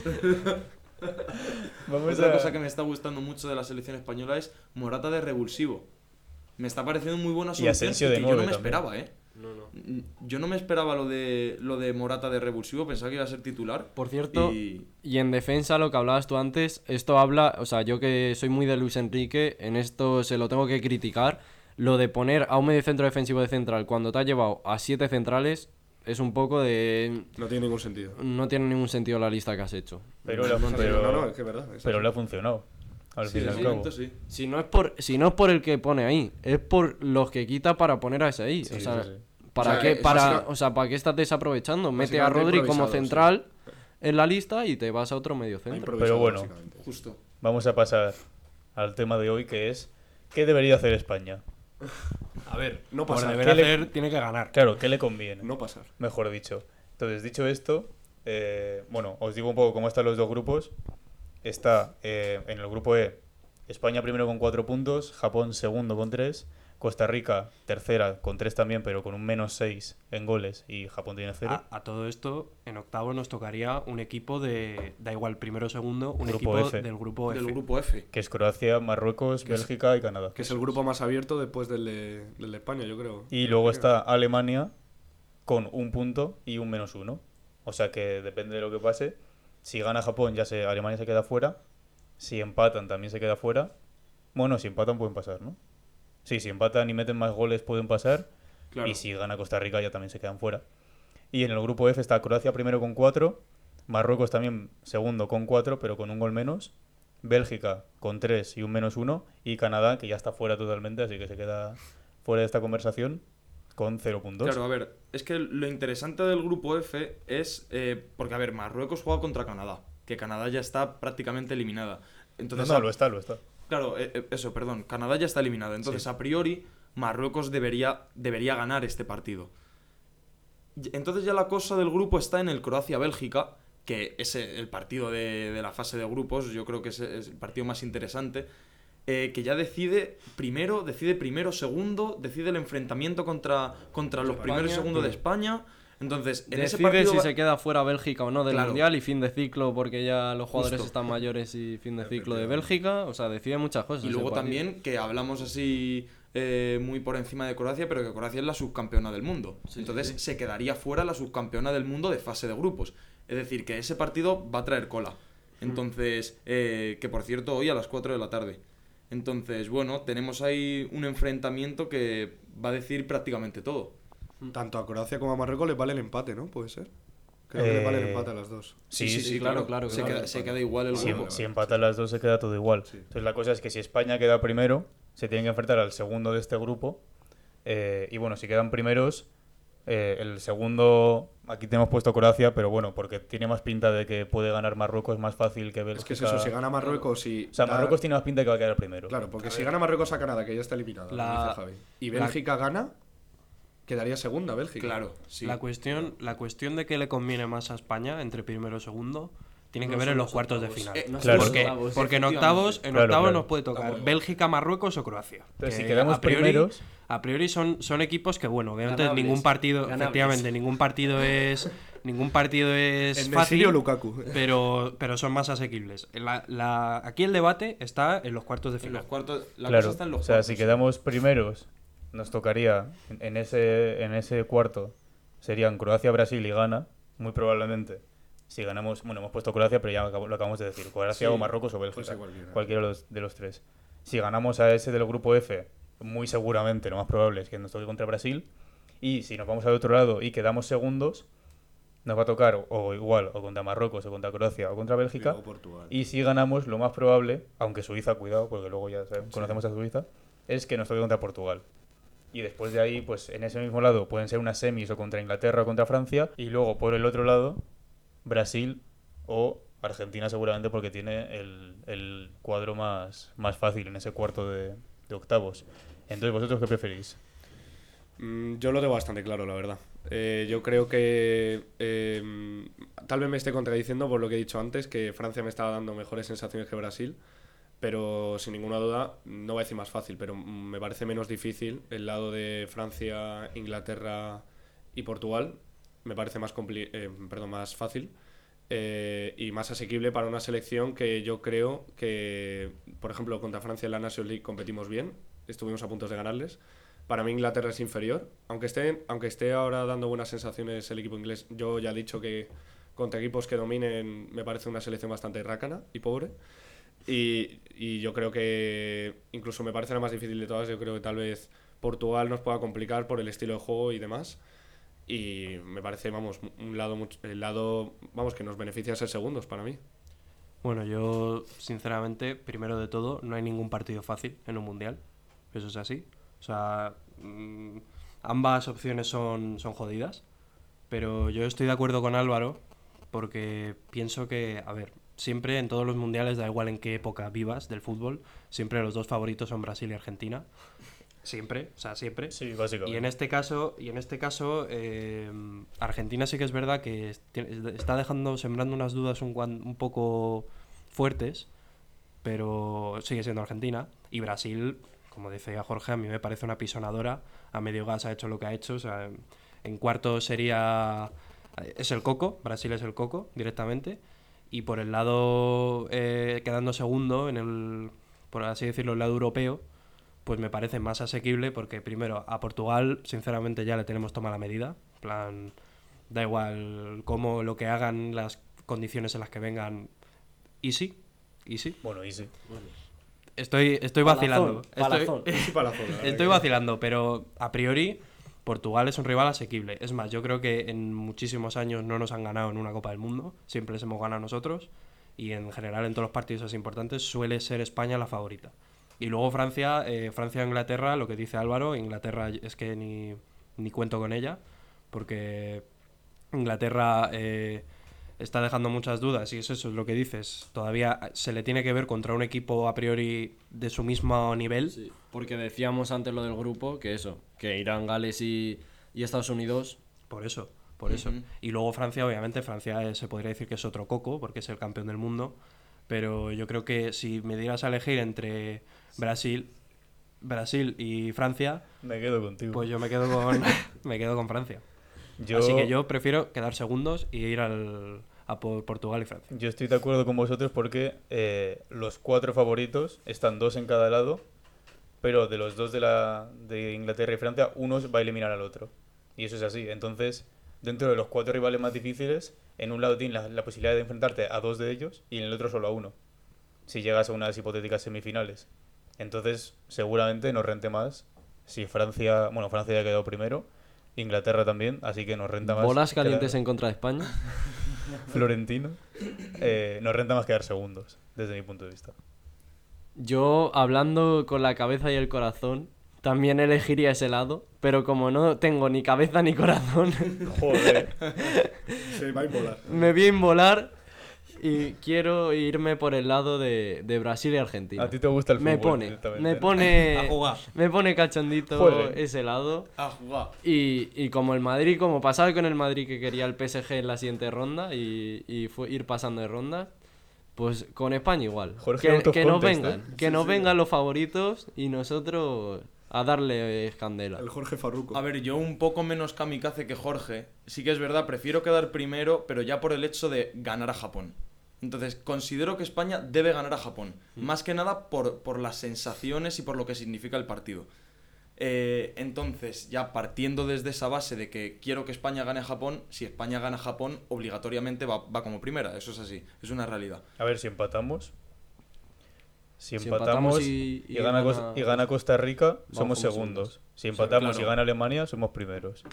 Speaker 3: Vamos
Speaker 4: Otra
Speaker 3: a...
Speaker 4: cosa que me está gustando mucho de la selección española es Morata de revulsivo. Me está pareciendo muy buena
Speaker 3: Y
Speaker 4: solución
Speaker 3: Asensio de
Speaker 4: que yo no
Speaker 3: nueve
Speaker 4: me
Speaker 3: también.
Speaker 4: esperaba, ¿eh?
Speaker 6: No, no.
Speaker 4: Mm, Yo no me esperaba lo de lo de Morata de revulsivo, pensaba que iba a ser titular.
Speaker 6: Por cierto,
Speaker 4: Y
Speaker 6: y en defensa, lo que hablabas tú antes, esto habla, o sea, yo que soy muy de Luis Enrique, en esto se lo tengo que criticar. Lo de poner a un mediocentro defensivo de central cuando te ha llevado a siete centrales es un poco de...
Speaker 7: No tiene ningún sentido.
Speaker 6: No tiene ningún sentido la lista que has hecho.
Speaker 3: Pero,
Speaker 6: No,
Speaker 3: le ha-
Speaker 6: no entiendo.
Speaker 3: pero-
Speaker 7: no, no, es que es verdad. es
Speaker 3: pero
Speaker 7: así.
Speaker 3: le ha funcionado. Al
Speaker 4: sí,
Speaker 3: fin y
Speaker 4: de
Speaker 3: al
Speaker 4: momento
Speaker 3: cabo.
Speaker 4: sí.
Speaker 6: Si no, es por, si no es por el que pone ahí, es por los que quita para poner a ese ahí.
Speaker 3: Sí,
Speaker 6: o sea,
Speaker 3: sí, sí.
Speaker 6: ¿para
Speaker 4: O sea,
Speaker 6: qué?
Speaker 4: es
Speaker 6: para,
Speaker 4: básica-
Speaker 6: o sea, ¿para qué estás desaprovechando? Mete a
Speaker 7: Básicamente
Speaker 6: Rodri como
Speaker 7: improvisado, sí.
Speaker 6: central en la lista y te vas a otro
Speaker 7: Ha
Speaker 6: mediocentro.
Speaker 7: improvisado,
Speaker 3: Pero bueno.
Speaker 7: básicamente.
Speaker 4: Justo.
Speaker 3: Vamos a pasar al tema de hoy, que es... ¿Qué debería hacer España?
Speaker 5: A ver,
Speaker 7: No
Speaker 5: por
Speaker 7: pasar.
Speaker 5: deber
Speaker 3: ¿Qué le-
Speaker 5: hacer, tiene que ganar.
Speaker 3: Claro, ¿qué le conviene?
Speaker 7: No pasar.
Speaker 3: Mejor dicho. Entonces, dicho esto, eh, bueno, os digo un poco cómo están los dos grupos. Está eh, en el grupo E, España primero con cuatro puntos, Japón segundo con tres, Costa Rica tercera con tres también, pero con un menos seis en goles y Japón tiene cero.
Speaker 5: A, a todo esto, en octavo nos tocaría un equipo de. Da igual, primero o segundo, un
Speaker 3: Grupo
Speaker 5: equipo
Speaker 3: F.
Speaker 5: del grupo F.
Speaker 4: Del grupo F.
Speaker 3: Que es Croacia, Marruecos,
Speaker 7: Que es-
Speaker 3: Bélgica y Canadá.
Speaker 7: Que es el grupo más abierto después del de, del de España, yo creo.
Speaker 3: Y luego está Alemania con un punto y un menos uno. O sea que depende de lo que pase. Si gana Japón, ya se, Alemania se queda fuera. Si empatan, también se queda fuera. Bueno, si empatan pueden pasar, ¿no? Sí, si empatan y meten más goles pueden pasar.
Speaker 4: Claro.
Speaker 3: Y si gana Costa Rica ya también se quedan fuera. Y en el grupo F está Croacia primero con cuatro. Marruecos también segundo con cuatro, pero con un gol menos. Bélgica con tres y un menos uno. Y Canadá, que ya está fuera totalmente, así que se queda fuera de esta conversación con cero puntos.
Speaker 4: Claro, a ver, es que lo interesante del grupo F es. eh, porque, a ver, Marruecos juega contra Canadá, que Canadá ya está prácticamente eliminada.
Speaker 3: No,
Speaker 4: Entonces,
Speaker 3: no,
Speaker 4: a-
Speaker 3: lo está, lo está.
Speaker 4: Claro, eh, eh, eso, perdón. Canadá ya está eliminado. Entonces, a priori, Marruecos debería, debería ganar este partido. Y- Entonces ya la cosa del grupo está en el Croacia-Bélgica, que es eh, el partido de, de la fase de grupos, yo creo que es, es el partido más interesante, eh, que ya decide primero, decide primero, segundo, decide el enfrentamiento contra, contra los primeros y
Speaker 6: España.
Speaker 4: segundo de España. Entonces, en ese
Speaker 6: Decide
Speaker 4: partido
Speaker 6: si
Speaker 4: va-
Speaker 6: se queda fuera Bélgica o no del
Speaker 4: Claro.
Speaker 6: Mundial y fin de ciclo porque ya los jugadores
Speaker 4: Justo.
Speaker 6: están mayores y fin de ciclo de Bélgica. O sea, decide muchas cosas.
Speaker 4: Y
Speaker 6: ese
Speaker 4: luego
Speaker 6: partido.
Speaker 4: también que hablamos así eh, muy por encima de Croacia, pero que Croacia es la subcampeona del mundo.
Speaker 6: Sí,
Speaker 4: Entonces
Speaker 6: sí, sí.
Speaker 4: se quedaría fuera la subcampeona del mundo de fase de grupos. Es decir, que ese partido va a traer cola. Entonces, eh, que por cierto, hoy a las cuatro de la tarde. Entonces, bueno, tenemos ahí un enfrentamiento que va a decir prácticamente todo.
Speaker 7: Tanto a Croacia como a Marruecos les vale el empate, ¿no? Puede ser. Creo que les vale el
Speaker 3: Eh,
Speaker 7: empate a las dos.
Speaker 3: Sí,
Speaker 4: sí,
Speaker 3: sí,
Speaker 4: sí,
Speaker 6: claro,
Speaker 4: claro,
Speaker 6: claro,
Speaker 4: Se,
Speaker 6: claro.
Speaker 4: queda, se queda igual el
Speaker 3: Si,
Speaker 4: grupo.
Speaker 3: si empatan las dos se queda todo igual.
Speaker 7: Sí.
Speaker 3: Entonces la cosa es que si España queda primero, se tienen que enfrentar al segundo de este grupo. eh, y bueno, si quedan primeros, eh, el segundo, aquí tenemos puesto Croacia, pero bueno, porque tiene más pinta de que puede ganar Marruecos más fácil que Bélgica.
Speaker 7: Es que es eso, si gana Marruecos y...
Speaker 3: O sea,
Speaker 7: da-
Speaker 3: Marruecos tiene más pinta de que va a quedar primero.
Speaker 7: Claro, porque si gana Marruecos a Canadá, que ya está eliminada,
Speaker 5: La-
Speaker 7: como dice Javi, y
Speaker 5: la-
Speaker 7: Bélgica gana, quedaría segunda Bélgica.
Speaker 4: Claro, sí.
Speaker 5: La cuestión, la cuestión de que le conviene más a España entre primero y segundo tiene que
Speaker 6: No
Speaker 5: ver
Speaker 6: son
Speaker 5: en los
Speaker 6: los
Speaker 5: cuartos de
Speaker 6: octavos.
Speaker 5: final.
Speaker 4: Eh,
Speaker 6: No son
Speaker 3: Claro.
Speaker 6: los
Speaker 5: Porque,
Speaker 6: octavos,
Speaker 5: porque en
Speaker 6: efectivamente.
Speaker 5: octavos, en
Speaker 3: Claro,
Speaker 5: octavos
Speaker 3: claro.
Speaker 5: nos puede tocar Bélgica, Marruecos o Croacia.
Speaker 3: Entonces,
Speaker 5: Que
Speaker 3: si quedamos
Speaker 5: a priori,
Speaker 3: primeros-
Speaker 5: a priori son, son equipos que bueno, obviamente
Speaker 6: Ganables,
Speaker 5: ningún partido,
Speaker 6: ganables.
Speaker 5: efectivamente, ningún partido es ningún partido es
Speaker 7: En
Speaker 5: fácil,
Speaker 7: Nesirio Lukaku.
Speaker 5: pero, pero son más asequibles. La- la- aquí el debate está en los cuartos de
Speaker 4: En
Speaker 5: final.
Speaker 4: los cuartos, la
Speaker 3: Claro,
Speaker 4: cosa está en los
Speaker 3: o sea,
Speaker 4: cuartos.
Speaker 3: si quedamos primeros, nos tocaría en- en ese, en ese cuarto, serían Croacia, Brasil y Ghana, muy probablemente. Si ganamos, bueno, hemos puesto Croacia, pero ya acabo- lo acabamos de decir, Croacia
Speaker 7: Sí,
Speaker 3: o Marruecos o Bélgica,
Speaker 7: puede ser cualquiera.
Speaker 3: cualquiera de los, de los tres. Si ganamos a ese del grupo F, muy seguramente, lo más probable es que nos toque contra Brasil. Y si nos vamos al otro lado y quedamos segundos, nos va a tocar o igual, o contra Marruecos, o contra Croacia, o contra
Speaker 7: Y
Speaker 3: Bélgica.
Speaker 7: luego Portugal.
Speaker 3: Y si ganamos, lo más probable, aunque Suiza, cuidado, porque luego ya sabemos, conocemos a Suiza, es que nos toque contra Portugal. Y después de ahí, pues en ese mismo lado pueden ser unas semis o contra Inglaterra o contra Francia. Y luego por el otro lado, Brasil o Argentina seguramente porque tiene el, el cuadro más, más fácil en ese cuarto de, de octavos. Entonces, ¿vosotros qué preferís?
Speaker 7: Mm, Yo lo tengo bastante claro, la verdad. Eh, yo creo que eh, tal vez me esté contradiciendo por lo que he dicho antes, que Francia me estaba dando mejores sensaciones que Brasil, pero sin ninguna duda, no voy a decir más fácil, pero mm, me parece menos difícil el lado de Francia, Inglaterra y Portugal. Me parece más, compli- eh, perdón, más fácil eh, y más asequible para una selección que yo creo que, por ejemplo, contra Francia en la Nations League competimos bien, estuvimos a punto de ganarles. Para mí Inglaterra es inferior, aunque esté, aunque esté ahora dando buenas sensaciones el equipo inglés. Yo ya he dicho que contra equipos que dominen me parece una selección bastante rácana y pobre. Y, y yo creo que incluso me parece la más difícil de todas. Yo creo que tal vez Portugal nos pueda complicar por el estilo de juego y demás. Y me parece, vamos, un lado, mucho- el lado, vamos, que nos beneficia ser segundos para mí.
Speaker 5: Bueno, yo, sinceramente, primero de todo, no hay ningún partido fácil en un mundial. Eso es así. O sea, mm, ambas opciones son, son jodidas. Pero yo estoy de acuerdo con Álvaro porque pienso que, a ver, siempre en todos los mundiales, da igual en qué época vivas del fútbol, siempre los dos favoritos son Brasil y Argentina. Siempre, o sea, siempre.
Speaker 3: Sí, básicamente.
Speaker 5: Y en este caso, y en este caso eh, Argentina sí que es verdad que es- tiene- está dejando, sembrando unas dudas un, guan- un poco fuertes, pero sigue siendo Argentina. Y Brasil, como decía Jorge, a mí me parece una pisonadora. A medio gas ha hecho lo que ha hecho. O sea, en, en cuarto sería... Es el coco, Brasil es el coco directamente. Y por el lado, eh, quedando segundo, en el, por así decirlo, el lado europeo, pues me parece más asequible porque primero a Portugal sinceramente ya le tenemos tomada la medida, en plan, da igual cómo lo que hagan, las condiciones en las que vengan, easy, easy.
Speaker 3: Bueno, y sí.
Speaker 5: Estoy, estoy vacilando,
Speaker 6: Palazón,
Speaker 5: estoy,
Speaker 7: Sí, para la zona, la verdad
Speaker 5: estoy
Speaker 7: que-
Speaker 5: vacilando, pero a priori Portugal es un rival asequible. Es más, yo creo que en muchísimos años no nos han ganado en una Copa del Mundo, siempre les hemos ganado nosotros y en general en todos los partidos así importantes suele ser España la favorita. Y luego Francia, eh, Francia e Inglaterra, lo que dice Álvaro, Inglaterra es que ni, ni cuento con ella, porque Inglaterra eh, está dejando muchas dudas, y es eso, es lo que dices. Todavía se le tiene que ver contra un equipo a priori de su mismo nivel.
Speaker 6: Sí, porque decíamos antes lo del grupo, que eso, que Irán, Gales y, y Estados Unidos.
Speaker 5: Por eso, por eso.
Speaker 4: Ujú.
Speaker 5: Y luego Francia, obviamente, Francia eh, se podría decir que es otro coco, porque es el campeón del mundo. Pero yo creo que si me dieras a elegir entre Brasil, Brasil y Francia,
Speaker 3: Me quedo contigo.
Speaker 5: pues yo me quedo con, me quedo con Francia.
Speaker 3: Yo-
Speaker 5: Así que yo prefiero quedar segundos y ir al, a por Portugal y Francia.
Speaker 3: Yo estoy de acuerdo con vosotros porque eh, los cuatro favoritos están dos en cada lado, pero de los dos de, la, de Inglaterra y Francia, uno va a eliminar al otro. Y eso es así. Entonces, dentro de los cuatro rivales más difíciles, en un lado tienes la, la posibilidad de enfrentarte a dos de ellos y en el otro solo a uno, si llegas a unas hipotéticas semifinales. Entonces, seguramente nos rente más si Francia, bueno, Francia ya ha quedado primero, Inglaterra también, así que nos renta más.
Speaker 6: Bolas
Speaker 3: quedar-
Speaker 6: calientes en contra de España.
Speaker 3: Florentino, eh, nos renta más quedar segundos, desde mi punto de vista.
Speaker 6: Yo, hablando con la cabeza y el corazón, también elegiría ese lado, pero como no tengo ni cabeza ni corazón,
Speaker 3: Joder.
Speaker 7: Se va a inmolar.
Speaker 6: me voy a inmolar y quiero irme por el lado de, de Brasil y Argentina.
Speaker 3: A ti te gusta el
Speaker 6: me
Speaker 3: fútbol,
Speaker 6: pone,
Speaker 3: directamente,
Speaker 6: me
Speaker 3: ¿no?
Speaker 6: pone,
Speaker 5: A jugar.
Speaker 6: me pone cachondito
Speaker 3: Jueguen.
Speaker 6: ese lado.
Speaker 4: A jugar.
Speaker 6: Y, y como el Madrid, como pasaba con el Madrid que quería el P S G en la siguiente ronda y, y fue ir pasando de ronda, pues con España igual.
Speaker 3: Jorge
Speaker 6: que,
Speaker 3: out of
Speaker 6: que nos
Speaker 3: context,
Speaker 6: vengan,
Speaker 3: ¿eh?
Speaker 6: que
Speaker 7: Sí,
Speaker 6: nos
Speaker 7: sí.
Speaker 6: vengan los favoritos y nosotros a darle candela.
Speaker 7: El Jorge Farruco.
Speaker 4: A ver, yo un poco menos kamikaze que Jorge. Sí que es verdad, prefiero quedar primero, pero ya por el hecho de ganar a Japón. Entonces, considero que España debe ganar a Japón. Más que nada por, por las sensaciones y por lo que significa el partido. Eh, entonces, ya partiendo desde esa base de que quiero que España gane a Japón, si España gana a Japón, obligatoriamente va, va como primera. Eso es así, es una realidad.
Speaker 3: A ver, si empatamos. Si
Speaker 6: Si
Speaker 3: empatamos,
Speaker 6: empatamos
Speaker 3: y,
Speaker 6: y- y
Speaker 3: gana, Cos-
Speaker 6: gana-
Speaker 3: y gana Costa Rica, somos
Speaker 6: como
Speaker 3: segundos. Si
Speaker 4: Sí,
Speaker 3: empatamos
Speaker 4: claro.
Speaker 3: y gana Alemania, somos primeros.
Speaker 4: Claro.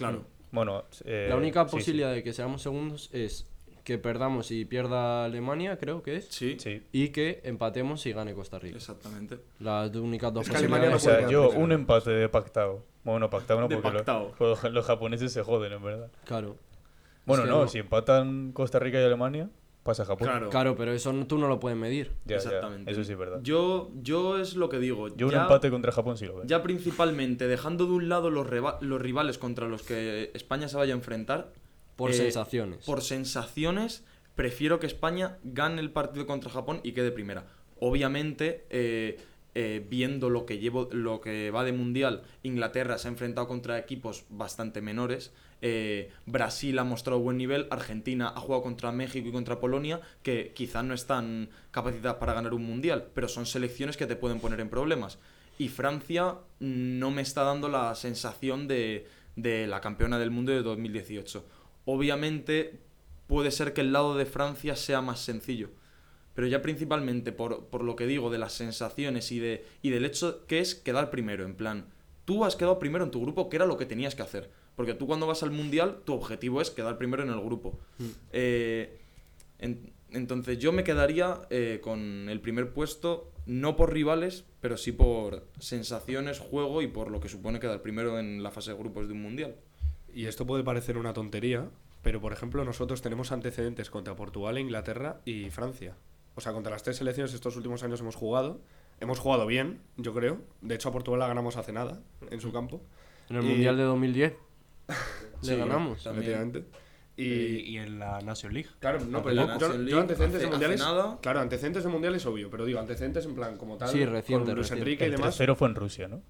Speaker 3: Bueno, eh,
Speaker 6: La única
Speaker 3: sí, sí.
Speaker 6: posibilidad de que seamos segundos es que perdamos y pierda Alemania, creo que es,
Speaker 4: Sí,
Speaker 3: Sí.
Speaker 6: y que empatemos y gane Costa Rica.
Speaker 4: exactamente.
Speaker 6: Las dos únicas dos
Speaker 7: Es que Alemania
Speaker 3: O
Speaker 7: no
Speaker 6: posibilidades.
Speaker 7: puede
Speaker 3: sea,
Speaker 7: quedar
Speaker 3: yo
Speaker 7: primero.
Speaker 3: un empate de pactado. Bueno, pactado no,
Speaker 4: De
Speaker 3: porque
Speaker 4: pactado.
Speaker 3: Los, los japoneses se joden, en verdad.
Speaker 6: Claro.
Speaker 3: Bueno,
Speaker 6: que
Speaker 3: no,
Speaker 6: no.
Speaker 3: si empatan Costa Rica y Alemania, pasa Japón.
Speaker 4: Claro,
Speaker 6: Claro, pero eso no- tú no lo puedes medir.
Speaker 3: Ya, ya,
Speaker 4: exactamente.
Speaker 3: eso sí es verdad.
Speaker 4: Yo, yo es lo que digo.
Speaker 3: Yo un
Speaker 4: ya-
Speaker 3: empate contra Japón sí lo veo.
Speaker 4: Ya principalmente, dejando de un lado los, reva- los rivales contra los que España se vaya a enfrentar.
Speaker 6: Por
Speaker 4: eh,
Speaker 6: sensaciones.
Speaker 4: Por sensaciones, prefiero que España gane el partido contra Japón y quede primera. Obviamente, eh, eh, viendo lo que, llevo, lo que va de Mundial, Inglaterra se ha enfrentado contra equipos bastante menores. eh, Brasil ha mostrado buen nivel. Argentina ha jugado contra México y contra Polonia, que quizás no están capacitadas para ganar un Mundial, pero son selecciones que te pueden poner en problemas. Y Francia no me está dando la sensación de, de la campeona del mundo de dos mil dieciocho. Obviamente puede ser que el lado de Francia sea más sencillo, pero ya principalmente por, por lo que digo de las sensaciones y, de, y del hecho que es quedar primero, en plan, tú has quedado primero en tu grupo, que era lo que tenías que hacer, porque tú cuando vas al Mundial, tu objetivo es quedar primero en el grupo. Eh, en- entonces yo me quedaría eh, con el primer puesto, no por rivales, pero sí por sensaciones, juego y por lo que supone quedar primero en la fase de grupos de un Mundial.
Speaker 7: Y esto puede parecer una tontería, pero por ejemplo nosotros tenemos antecedentes contra Portugal, Inglaterra y Francia. O sea, contra las tres selecciones estos últimos años hemos jugado. Hemos jugado bien, yo creo. De hecho, a Portugal la ganamos hace nada en su campo.
Speaker 6: En el
Speaker 7: Y-
Speaker 6: Mundial de dos mil diez
Speaker 4: Sí,
Speaker 6: le ganamos.
Speaker 4: también.
Speaker 7: Efectivamente.
Speaker 5: Y,
Speaker 7: Y,
Speaker 5: y en la Nation League.
Speaker 7: claro, no,
Speaker 4: En
Speaker 7: pero
Speaker 4: la
Speaker 7: yo,
Speaker 4: Nations
Speaker 7: yo- yo
Speaker 4: League
Speaker 7: antecedentes
Speaker 4: hace-
Speaker 7: de mundiales.
Speaker 4: hace nada.
Speaker 7: Claro, antecedentes de mundiales obvio, pero digo, antecedentes en plan como tal.
Speaker 6: Sí, reciente,
Speaker 7: con Luis
Speaker 6: reciente.
Speaker 7: Enrique y
Speaker 3: El
Speaker 7: demás.
Speaker 3: tres cero fue en Rusia, ¿no?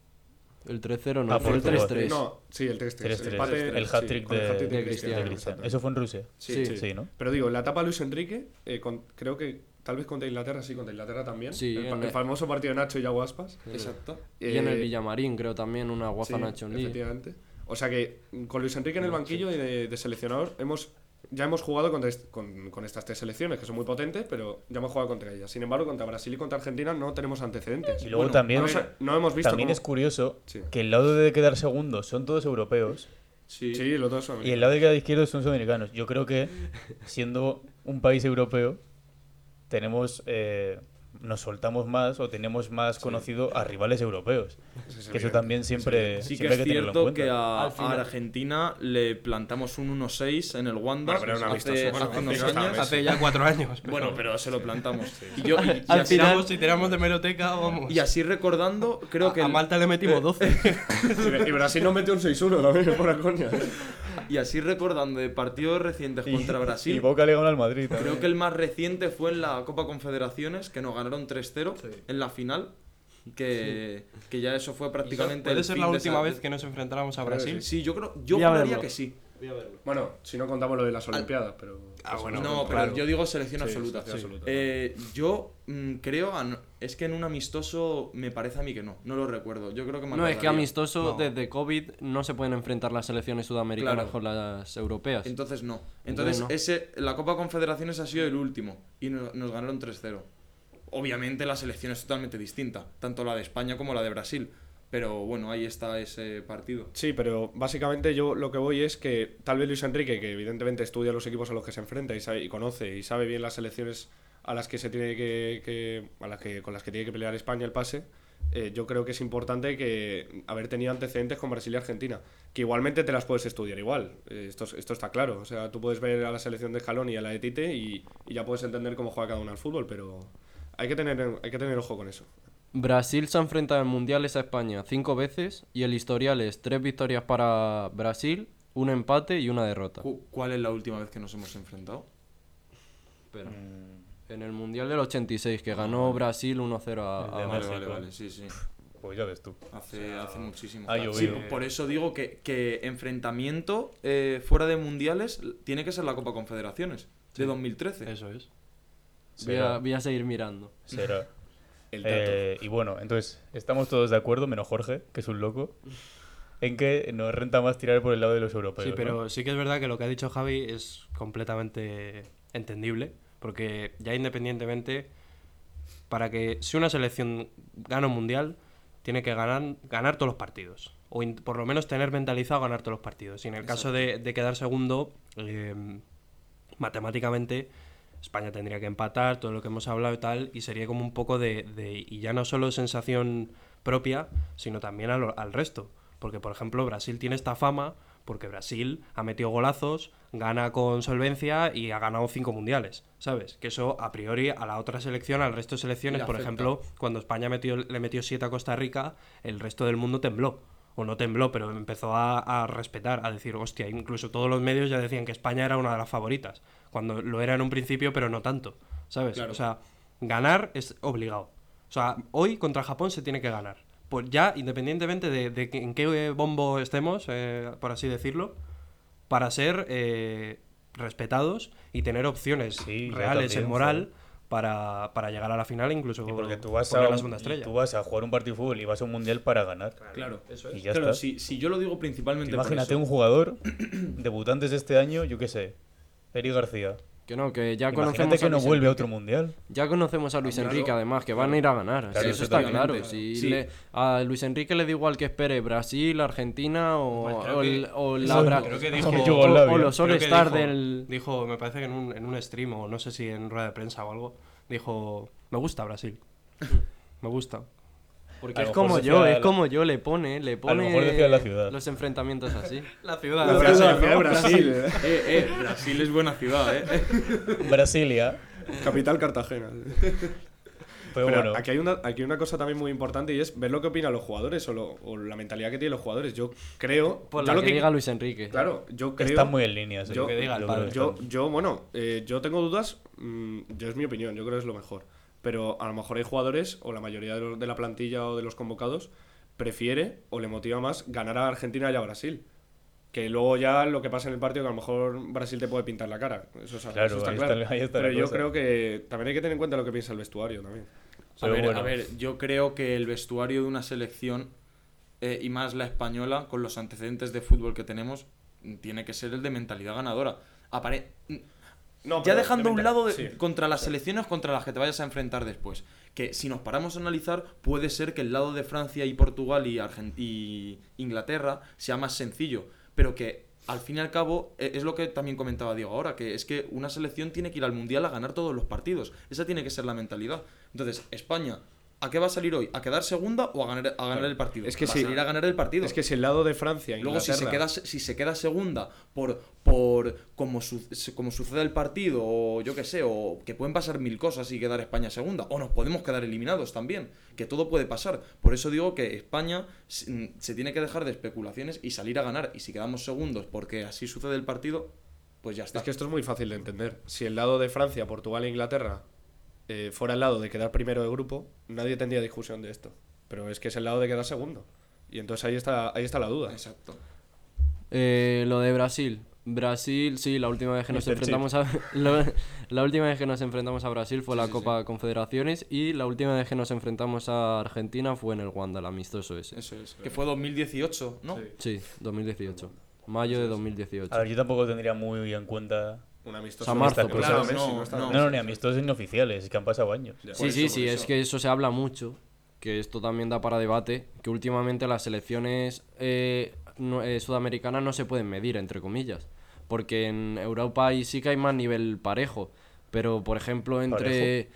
Speaker 6: El tres cero no,
Speaker 3: Ah,
Speaker 6: fue el
Speaker 3: Portugal.
Speaker 6: tres tres.
Speaker 7: No, sí, el tres tres.
Speaker 3: tres tres.
Speaker 7: empate-
Speaker 3: El
Speaker 7: sí,
Speaker 3: hat-trick
Speaker 7: con el
Speaker 3: de,
Speaker 7: hat-trick
Speaker 6: de
Speaker 3: de
Speaker 6: Cristiano.
Speaker 3: Cristiano. ¿Eso fue en Rusia?
Speaker 4: Sí,
Speaker 6: Sí.
Speaker 3: Sí, ¿no?
Speaker 7: Pero digo, en la etapa de Luis Enrique, eh, con- creo que tal vez contra Inglaterra, sí, contra Inglaterra también.
Speaker 6: Sí,
Speaker 7: el, pa-
Speaker 6: en
Speaker 7: el
Speaker 6: el-
Speaker 7: famoso partido de Nacho y Yago Aspas.
Speaker 4: Exacto.
Speaker 6: Y en el
Speaker 7: Eh,
Speaker 6: Villamarín, creo también, una UEFA
Speaker 7: sí,
Speaker 6: Nation League.
Speaker 7: efectivamente. O sea que mm, con Luis Enrique en el banquillo y de, de seleccionador hemos ya hemos jugado contra est- con, con estas tres selecciones que son muy potentes, pero ya hemos jugado contra ellas. Sin embargo, contra Brasil y contra Argentina no tenemos antecedentes.
Speaker 3: Y luego
Speaker 7: Bueno,
Speaker 3: también,
Speaker 7: no, sé, no hemos visto
Speaker 3: también
Speaker 7: cómo-
Speaker 3: es curioso
Speaker 7: Sí.
Speaker 3: que el lado de quedar segundos son todos europeos
Speaker 4: Sí.
Speaker 7: Sí, los dos son.
Speaker 3: y el lado de quedar izquierdo son sudamericanos. Yo creo que, siendo un país europeo, tenemos eh, nos soltamos más o tenemos más conocido a rivales europeos.
Speaker 7: Eso es
Speaker 3: Que eso
Speaker 7: evidente.
Speaker 3: también siempre,
Speaker 4: Sí que
Speaker 3: siempre hay
Speaker 4: es
Speaker 3: que tenerlo en
Speaker 4: cierto
Speaker 3: cuenta.
Speaker 4: que a,
Speaker 6: Al final-
Speaker 4: a Argentina le plantamos un uno seis en el Wanda
Speaker 7: Bueno, pero era un
Speaker 4: hace,
Speaker 7: amistoso. Bueno,
Speaker 4: hace
Speaker 7: hace
Speaker 4: unos
Speaker 7: unos
Speaker 4: años.
Speaker 7: meses.
Speaker 5: Hace ya cuatro años. pero-
Speaker 4: Bueno, pero se lo plantamos. Y, yo, y, y
Speaker 6: Al
Speaker 4: así,
Speaker 6: final-
Speaker 5: Tiramos, si tiramos de meroteca, vamos.
Speaker 4: y así recordando, creo que
Speaker 5: a
Speaker 4: el-
Speaker 5: Malta le metimos doce.
Speaker 7: Y Brasil nos metió un seis uno también, por la coña.
Speaker 4: y así recordando de partidos recientes
Speaker 3: Y-
Speaker 4: contra
Speaker 3: Y
Speaker 4: Brasil,
Speaker 3: Boca le ganó al Madrid. también.
Speaker 4: creo que el más reciente fue en la Copa Confederaciones, que nos ganaron tres cero en la final, que, que ya eso fue prácticamente
Speaker 5: Puede
Speaker 4: el
Speaker 5: ser
Speaker 4: fin
Speaker 5: la
Speaker 4: de
Speaker 5: última
Speaker 4: esa-
Speaker 5: vez que nos enfrentáramos a
Speaker 7: Creo que
Speaker 5: Brasil.
Speaker 4: Sí, yo creo, yo
Speaker 6: Voy a
Speaker 4: juraría
Speaker 6: verlo.
Speaker 4: que sí.
Speaker 7: Bueno, si no contamos lo de las Olimpiadas, pero.
Speaker 5: Ah,
Speaker 7: eso
Speaker 5: bueno,
Speaker 7: no
Speaker 4: no,
Speaker 7: cuenta.
Speaker 4: pero
Speaker 5: claro.
Speaker 4: yo digo selección
Speaker 7: Sí,
Speaker 4: absoluta.
Speaker 7: selección absoluta.
Speaker 4: Eh, yo mm, creo, a no- es que en un amistoso me parece a mí que no, no lo recuerdo. Yo creo que me
Speaker 6: No, es que
Speaker 4: acordaría.
Speaker 6: amistoso
Speaker 5: No.
Speaker 6: desde COVID no se pueden enfrentar las selecciones sudamericanas
Speaker 4: Claro.
Speaker 6: con las europeas.
Speaker 4: Entonces no.
Speaker 6: Entonces
Speaker 4: Entonces,
Speaker 6: no.
Speaker 4: ese, la Copa Confederaciones ha sido el último y no- nos ganaron tres cero. Obviamente la selección es totalmente distinta, tanto la de España como la de Brasil. Pero bueno, ahí está ese partido.
Speaker 7: Sí, pero básicamente yo lo que voy es que tal vez Luis Enrique, que evidentemente estudia los equipos a los que se enfrenta y, sabe, y conoce y sabe bien las selecciones a las que se tiene que, que- a las que con las que tiene que pelear España el pase, eh, yo creo que es importante que haber tenido antecedentes con Brasil y Argentina, que igualmente te las puedes estudiar igual. Eh, esto, es- esto está claro. O sea, tú puedes ver a la selección de Scaloni y a la de Tite y, y ya puedes entender cómo juega cada uno al fútbol, pero hay que tener hay que tener ojo con eso.
Speaker 6: Brasil se ha enfrentado en mundiales a España cinco veces y el historial es tres victorias para Brasil, un empate y una derrota.
Speaker 4: Cu- ¿Cuál es la última vez que nos hemos enfrentado?
Speaker 6: Espera. En el mundial del ochenta y seis que ganó Brasil uno cero a,
Speaker 3: El
Speaker 6: a
Speaker 3: de
Speaker 4: Vale,
Speaker 3: México.
Speaker 4: vale, vale, sí, sí.
Speaker 3: Pues ya ves tú.
Speaker 4: Hace, hace muchísimo.
Speaker 3: ha
Speaker 4: Sí,
Speaker 3: llovido.
Speaker 4: por eso digo que, que enfrentamiento eh, fuera de mundiales tiene que ser la Copa Confederaciones de dos mil trece.
Speaker 5: Eso es.
Speaker 6: Voy a,
Speaker 3: Será.
Speaker 6: voy a seguir mirando.
Speaker 3: Será.
Speaker 7: El dato.
Speaker 3: Eh, y bueno, entonces, estamos todos de acuerdo, menos Jorge, que es un loco, en que nos renta más tirar por el lado de los europeos.
Speaker 5: Sí,
Speaker 3: ¿no?
Speaker 5: pero sí que es verdad que lo que ha dicho Javi es completamente entendible, porque ya independientemente, para que si una selección gana un mundial, tiene que ganar, ganar todos los partidos. O in- por lo menos tener mentalizado ganar todos los partidos. Y en el caso de, de quedar segundo, eh, matemáticamente España tendría que empatar, todo lo que hemos hablado y tal, y sería como un poco de... de y ya no solo sensación propia, sino también al, al resto. Porque, por ejemplo, Brasil tiene esta fama porque Brasil ha metido golazos, gana con solvencia y ha ganado cinco mundiales, ¿sabes? Que eso, a priori, a la otra selección, al resto de selecciones,
Speaker 4: Le
Speaker 5: por
Speaker 4: afecta.
Speaker 5: ejemplo, cuando España metió, le metió siete a Costa Rica, el resto del mundo tembló. O no tembló, pero empezó a, a respetar, a decir, hostia, incluso todos los medios ya decían que España era una de las favoritas, cuando lo era en un principio, pero no tanto, ¿sabes?
Speaker 4: Claro.
Speaker 5: O sea, ganar es obligado. O sea, hoy contra Japón se tiene que ganar. Pues ya, independientemente de, de que- en qué bombo estemos, eh, por así decirlo, para ser eh, respetados y tener opciones
Speaker 3: Sí, yo
Speaker 5: reales
Speaker 3: también,
Speaker 5: en moral
Speaker 3: joder.
Speaker 5: para, para llegar a la final e incluso
Speaker 3: Y porque tú vas,
Speaker 5: poner
Speaker 3: a
Speaker 5: la
Speaker 3: un-
Speaker 5: segunda estrella.
Speaker 3: tú vas a jugar un partido de fútbol y vas a un mundial para ganar.
Speaker 4: Claro.
Speaker 3: Y ya
Speaker 4: Claro,
Speaker 3: está.
Speaker 4: si, si yo lo digo principalmente por
Speaker 3: Imagínate
Speaker 4: eso.
Speaker 3: un jugador, debutantes de este año, yo qué sé, Eric García.
Speaker 6: Que no, que ya
Speaker 3: Imagínate
Speaker 6: conocemos
Speaker 3: que
Speaker 6: a
Speaker 3: no
Speaker 6: Luis
Speaker 3: vuelve a
Speaker 6: Enrique.
Speaker 3: otro mundial.
Speaker 6: Ya conocemos a Luis
Speaker 4: Claro,
Speaker 6: Enrique, además, que
Speaker 4: claro.
Speaker 6: van a ir a ganar.
Speaker 3: Claro,
Speaker 6: Sí,
Speaker 3: eso
Speaker 6: eso está
Speaker 3: totalmente.
Speaker 6: claro. Si
Speaker 4: Sí.
Speaker 6: le- a Luis Enrique le da igual que espere Brasil, Argentina o,
Speaker 5: Bueno, creo
Speaker 6: o
Speaker 5: que-
Speaker 6: el- o la
Speaker 3: Eso-
Speaker 6: Bra-
Speaker 5: creo que
Speaker 6: o-
Speaker 5: dijo-
Speaker 6: o-
Speaker 3: Yugoslavia.
Speaker 6: o los
Speaker 5: Creo que
Speaker 6: All-Star
Speaker 5: dijo-
Speaker 6: del...
Speaker 5: Dijo, me parece que en un, en un stream o no sé si en rueda de prensa o algo, dijo, me gusta Brasil. Me gusta.
Speaker 6: Porque
Speaker 3: A
Speaker 6: es
Speaker 3: lo mejor
Speaker 6: como
Speaker 3: decía
Speaker 6: yo,
Speaker 3: la-
Speaker 6: es como yo, le pone, le pone
Speaker 3: mejor decía la ciudad.
Speaker 6: los enfrentamientos así.
Speaker 5: La ciudad.
Speaker 7: La ciudad de Brasil.
Speaker 4: Eh, eh, Brasil es buena ciudad, eh.
Speaker 3: Brasilia.
Speaker 7: Capital Cartagena.
Speaker 3: Pero,
Speaker 7: Pero
Speaker 3: bueno,
Speaker 7: aquí, hay una, aquí hay una cosa también muy importante y es ver lo que opinan los jugadores o, lo- o la mentalidad que tienen los jugadores. Yo creo...
Speaker 6: Por
Speaker 7: yo
Speaker 6: la
Speaker 7: lo
Speaker 6: que diga Luis Enrique.
Speaker 7: Claro, yo creo...
Speaker 3: están muy en línea. sí,
Speaker 7: yo-
Speaker 3: lo
Speaker 5: que diga el
Speaker 3: yo
Speaker 5: padre.
Speaker 3: creo que
Speaker 7: Yo,
Speaker 3: están.
Speaker 7: yo bueno, eh, yo tengo dudas, mm, yo es mi opinión, yo creo que es lo mejor. Pero a lo mejor hay jugadores, o la mayoría de, los- de la plantilla o de los convocados, prefiere o le motiva más ganar a Argentina y a Brasil. Que luego ya lo que pasa en el partido, que a lo mejor Brasil te puede pintar la cara. Eso, es-
Speaker 3: Claro,
Speaker 7: eso está
Speaker 3: ahí
Speaker 7: claro.
Speaker 3: está- ahí está
Speaker 7: Pero
Speaker 3: la
Speaker 7: yo
Speaker 3: cosa.
Speaker 7: creo que también hay que tener en cuenta lo que piensa el vestuario también.
Speaker 4: A
Speaker 3: Pero
Speaker 4: ver,
Speaker 3: bueno.
Speaker 4: a ver, yo creo que el vestuario de una selección, eh, y más la española, con los antecedentes de fútbol que tenemos, mm, tiene que ser el de mentalidad ganadora. Apare- mm,
Speaker 7: No,
Speaker 4: ya
Speaker 7: pero
Speaker 4: dejando a un
Speaker 7: de
Speaker 4: lado de-
Speaker 7: sí.
Speaker 4: contra las selecciones contra las que te vayas a enfrentar después. Que si nos paramos a analizar, puede ser que el lado de Francia y Portugal y, Argen- y Inglaterra sea más sencillo. Pero que al fin y al cabo e- es lo que también comentaba Diego ahora, que es que una selección tiene que ir al Mundial a ganar todos los partidos. Esa tiene que ser la mentalidad. Entonces, España, ¿a qué va a salir hoy? ¿A quedar segunda o a ganar, a ganar el partido?
Speaker 7: Es que
Speaker 4: va
Speaker 7: si-
Speaker 4: a salir a ganar el partido.
Speaker 7: Es que si el lado de Francia,
Speaker 4: Luego, si se,
Speaker 7: Inglaterra-
Speaker 4: queda, si se queda segunda por, por como, su- como sucede el partido, o yo qué sé, o que pueden pasar mil cosas y quedar España segunda, o nos podemos quedar eliminados también, que todo puede pasar. Por eso digo que España se, se tiene que dejar de especulaciones y salir a ganar. Y si quedamos segundos porque así sucede el partido, pues ya está.
Speaker 7: Es que esto es muy fácil de entender. Si el lado de Francia, Portugal e Inglaterra eh, fuera el lado de quedar primero de grupo, nadie tendría discusión de esto. Pero es que es el lado de quedar segundo. Y entonces ahí está, ahí está la duda.
Speaker 4: Exacto.
Speaker 6: Eh, lo de Brasil. Brasil, sí, la última vez que nos
Speaker 3: mister Chip.
Speaker 6: enfrentamos a lo- la última vez que nos enfrentamos a Brasil fue
Speaker 4: Sí,
Speaker 6: la
Speaker 4: sí,
Speaker 6: Copa Confederaciones y la última vez que nos enfrentamos a Argentina fue en el Wanda, el amistoso ese.
Speaker 4: Eso es. Que fue dos mil dieciocho, ¿no?
Speaker 6: Sí, dos mil dieciocho. Mayo de dos mil dieciocho.
Speaker 3: A ver, yo tampoco tendría muy en cuenta.
Speaker 7: Un amistoso.
Speaker 6: O sea, marzo,
Speaker 7: no está
Speaker 3: claro,
Speaker 7: Messi,
Speaker 4: no,
Speaker 7: está
Speaker 4: no.
Speaker 3: No, no, ni amistosos inoficiales, es que han pasado años.
Speaker 7: Ya.
Speaker 6: Sí,
Speaker 4: Por
Speaker 6: sí,
Speaker 4: eso,
Speaker 6: sí,
Speaker 4: por
Speaker 6: es
Speaker 4: eso.
Speaker 6: que eso se habla mucho, que esto también da para debate, que últimamente las selecciones eh, no- eh, sudamericanas no se pueden medir, entre comillas, porque en Europa ahí sí que hay más nivel parejo, pero por ejemplo entre,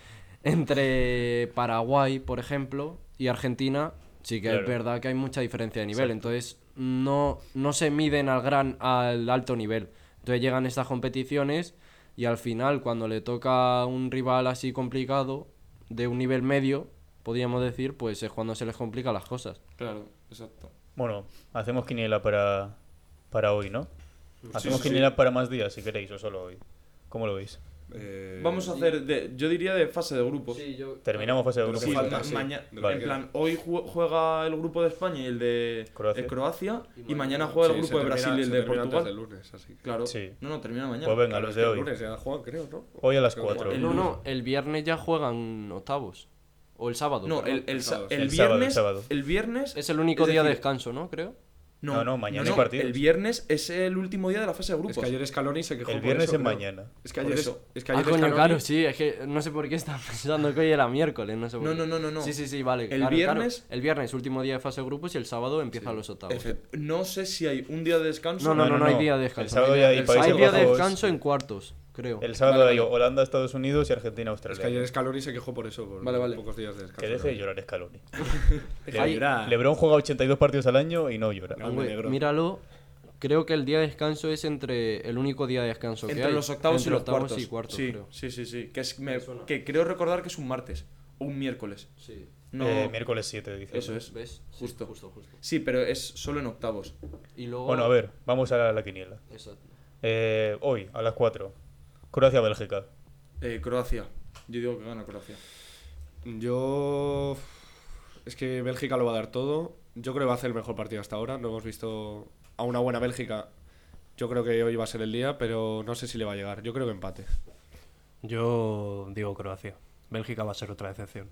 Speaker 6: entre Paraguay, por ejemplo, y Argentina, sí que
Speaker 3: Claro.
Speaker 6: es verdad que hay mucha diferencia de nivel,
Speaker 3: Exacto.
Speaker 6: entonces no, no se miden al gran, al alto nivel. Entonces llegan estas competiciones y al final cuando le toca un rival así complicado, de un nivel medio, podríamos decir, pues es cuando se les complican las cosas.
Speaker 4: Claro, exacto.
Speaker 3: Bueno, hacemos quiniela para, para hoy, ¿no? Hacemos
Speaker 7: sí, sí.
Speaker 3: quiniela para más días, si queréis, o solo hoy. ¿Cómo lo veis?
Speaker 7: Eh,
Speaker 4: Vamos a hacer, de, yo diría de fase de grupos.
Speaker 3: Terminamos fase de
Speaker 7: De lo
Speaker 3: grupos.
Speaker 7: que
Speaker 4: Sí,
Speaker 7: falta,
Speaker 4: ma-
Speaker 7: sí,
Speaker 4: maña-
Speaker 7: de lo que
Speaker 4: en
Speaker 7: queda.
Speaker 4: plan, hoy ju- juega el grupo de España y el de
Speaker 3: Croacia.
Speaker 4: de Croacia, y mañana juega el
Speaker 7: sí,
Speaker 4: grupo
Speaker 7: se
Speaker 4: de Brasil
Speaker 7: termina-
Speaker 4: y el
Speaker 7: se
Speaker 4: de
Speaker 7: termina antes
Speaker 4: Portugal.
Speaker 7: del lunes, así que-
Speaker 4: Claro.
Speaker 3: Sí.
Speaker 4: No, no, termina mañana.
Speaker 3: Pues venga,
Speaker 7: Claro,
Speaker 3: los
Speaker 7: es
Speaker 3: de
Speaker 7: que el
Speaker 3: hoy.
Speaker 7: lunes ya juegan, creo, ¿no?
Speaker 3: Hoy a las
Speaker 7: Creo que
Speaker 3: cuatro.
Speaker 4: el
Speaker 6: No,
Speaker 4: lunes.
Speaker 6: no, el viernes ya juegan octavos. O el sábado.
Speaker 4: No,
Speaker 6: perdón.
Speaker 4: el, el, sa-
Speaker 7: sábado,
Speaker 4: el
Speaker 3: el sábado, el
Speaker 4: viernes.
Speaker 3: sábado.
Speaker 4: El viernes.
Speaker 6: Es el único
Speaker 4: es
Speaker 6: día de
Speaker 4: decir,
Speaker 6: descanso, ¿no? Creo.
Speaker 3: No, no, mañana
Speaker 4: no,
Speaker 3: hay partidos.
Speaker 4: El viernes es el último día de la fase de grupos.
Speaker 7: Es que ayer Scaloni se quejó
Speaker 3: El
Speaker 7: por
Speaker 3: viernes
Speaker 7: eso,
Speaker 3: es
Speaker 7: creo.
Speaker 3: mañana.
Speaker 7: Es que
Speaker 4: Por
Speaker 7: ayer es,
Speaker 4: eso.
Speaker 7: es que
Speaker 6: Ah,
Speaker 7: ayer
Speaker 6: coño,
Speaker 7: Scaloni-
Speaker 6: claro, sí, es que no sé por qué estaba pensando que hoy era miércoles, no sé por
Speaker 4: No,
Speaker 6: qué.
Speaker 4: no, no, no, no.
Speaker 6: Sí, sí, sí, vale.
Speaker 4: El
Speaker 6: claro, claro.
Speaker 4: viernes-
Speaker 6: El viernes, último día de fase de grupos y el sábado empiezan
Speaker 7: Sí.
Speaker 6: los octavos.
Speaker 4: Efe- No sé si hay un día de descanso.
Speaker 6: No, no, no,
Speaker 3: No,
Speaker 6: no,
Speaker 3: no,
Speaker 6: hay
Speaker 3: no.
Speaker 6: día de
Speaker 3: El
Speaker 6: descanso.
Speaker 3: sábado
Speaker 6: no hay
Speaker 3: ya
Speaker 6: día-
Speaker 3: hay Países
Speaker 6: hay día de
Speaker 3: Bajos.
Speaker 6: descanso en cuartos, creo.
Speaker 3: El sábado
Speaker 4: Vale,
Speaker 3: hay
Speaker 4: vale.
Speaker 3: Holanda, Estados Unidos y Argentina,
Speaker 7: Es
Speaker 3: Australia.
Speaker 7: que ayer Scaloni se quejó por eso, por
Speaker 4: Vale, vale.
Speaker 7: pocos días de descanso.
Speaker 3: Que deje de llorar Scaloni.
Speaker 7: Deja de
Speaker 3: Le-
Speaker 7: llorar.
Speaker 3: Lebron juega ochenta y dos partidos al año y no llora.
Speaker 7: No.
Speaker 6: Hombre,
Speaker 7: negro.
Speaker 6: míralo. Creo que el día de descanso es entre el único día de descanso que
Speaker 4: Entre
Speaker 6: hay.
Speaker 4: los octavos
Speaker 6: entre
Speaker 4: y los
Speaker 6: octavos
Speaker 4: cuartos.
Speaker 6: y cuartos,
Speaker 4: sí,
Speaker 6: creo.
Speaker 4: sí, sí, sí. Que, es, me- que creo recordar que es un martes o un miércoles.
Speaker 6: Sí.
Speaker 4: No,
Speaker 3: Eh, miércoles siete, dice.
Speaker 4: Eso es.
Speaker 6: ¿Ves? Sí,
Speaker 4: Justo.
Speaker 6: justo, justo.
Speaker 4: Sí, pero es solo en octavos.
Speaker 6: Y luego...
Speaker 3: Bueno, a ver, vamos a la, la quiniela.
Speaker 6: Exacto.
Speaker 3: Eh, hoy, a las cuatro. Croacia-Bélgica.
Speaker 4: Eh, Croacia. Yo digo que gana Croacia.
Speaker 7: Yo. Es que Bélgica lo va a dar todo. Yo creo que va a hacer el mejor partido hasta ahora. No hemos visto a una buena Bélgica. Yo creo que hoy va a ser el día, pero no sé si le va a llegar. Yo creo que empate.
Speaker 5: Yo digo Croacia. Bélgica va a ser otra decepción.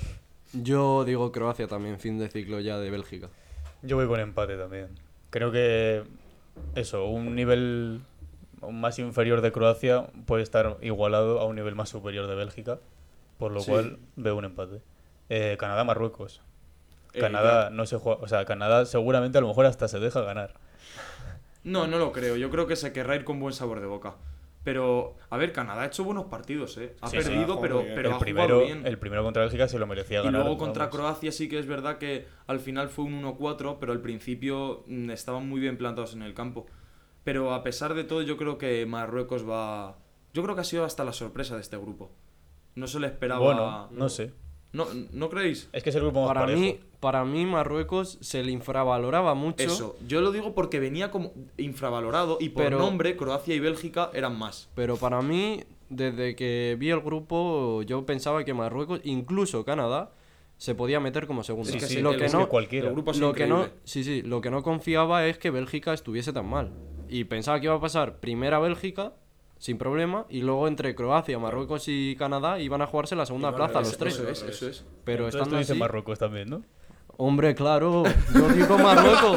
Speaker 6: Yo digo Croacia también, fin de ciclo ya de Bélgica.
Speaker 3: Yo voy con empate también. Creo que eso, un nivel más inferior de Croacia puede estar igualado a un nivel más superior de Bélgica, por lo
Speaker 4: Sí.
Speaker 3: cual veo un empate. Eh, Canadá-Marruecos.
Speaker 4: Eh,
Speaker 3: Canadá
Speaker 4: ya.
Speaker 3: no se juega, o sea, Canadá seguramente a lo mejor hasta se deja ganar.
Speaker 4: No, no lo creo. Yo creo que se querrá ir con buen sabor de boca. Pero, a ver, Canadá ha hecho buenos partidos, ¿eh? Ha
Speaker 3: Sí, sí,
Speaker 4: perdido,
Speaker 7: ha jugado
Speaker 4: pero,
Speaker 7: muy bien.
Speaker 4: pero
Speaker 3: el,
Speaker 4: ha
Speaker 3: primero,
Speaker 4: jugado bien.
Speaker 3: el primero contra Bélgica se lo merecía
Speaker 4: Y
Speaker 3: ganar.
Speaker 4: luego contra
Speaker 3: vamos.
Speaker 4: Croacia sí que es verdad que al final fue un uno cuatro, pero al principio mm, estaban muy bien plantados en el campo. Pero a pesar de todo, yo creo que Marruecos va... Yo creo que ha sido hasta la sorpresa de este grupo. No se le esperaba...
Speaker 3: Bueno, no sé.
Speaker 4: ¿No, ¿No creéis?
Speaker 3: Es que es el grupo más
Speaker 6: Para
Speaker 3: parejo.
Speaker 6: mí, para mí Marruecos se le infravaloraba mucho.
Speaker 4: Eso, yo lo digo porque venía como infravalorado y por
Speaker 6: Pero-
Speaker 4: nombre Croacia y Bélgica eran más.
Speaker 6: Pero para mí, desde que vi el grupo, yo pensaba que Marruecos, incluso Canadá, se podía meter como segundo.
Speaker 3: Sí,
Speaker 4: que
Speaker 3: sí,
Speaker 4: sí,
Speaker 6: lo
Speaker 4: el-
Speaker 6: que
Speaker 3: es
Speaker 6: no,
Speaker 3: que cualquiera.
Speaker 4: El grupo ha sido
Speaker 6: lo que no,
Speaker 4: increíble.
Speaker 6: sí, sí, lo que no confiaba es que Bélgica estuviese tan mal. Y pensaba que iba a pasar primera Bélgica, sin problema, y luego entre Croacia, Marruecos y Canadá iban a jugarse la segunda
Speaker 7: Igual,
Speaker 6: plaza
Speaker 7: eso-
Speaker 6: los tres.
Speaker 4: Eso es, eso es.
Speaker 6: Pero
Speaker 3: Entonces
Speaker 6: estando
Speaker 3: tú dices
Speaker 6: así,
Speaker 3: Marruecos también, ¿no?
Speaker 6: hombre, claro, yo digo Marruecos.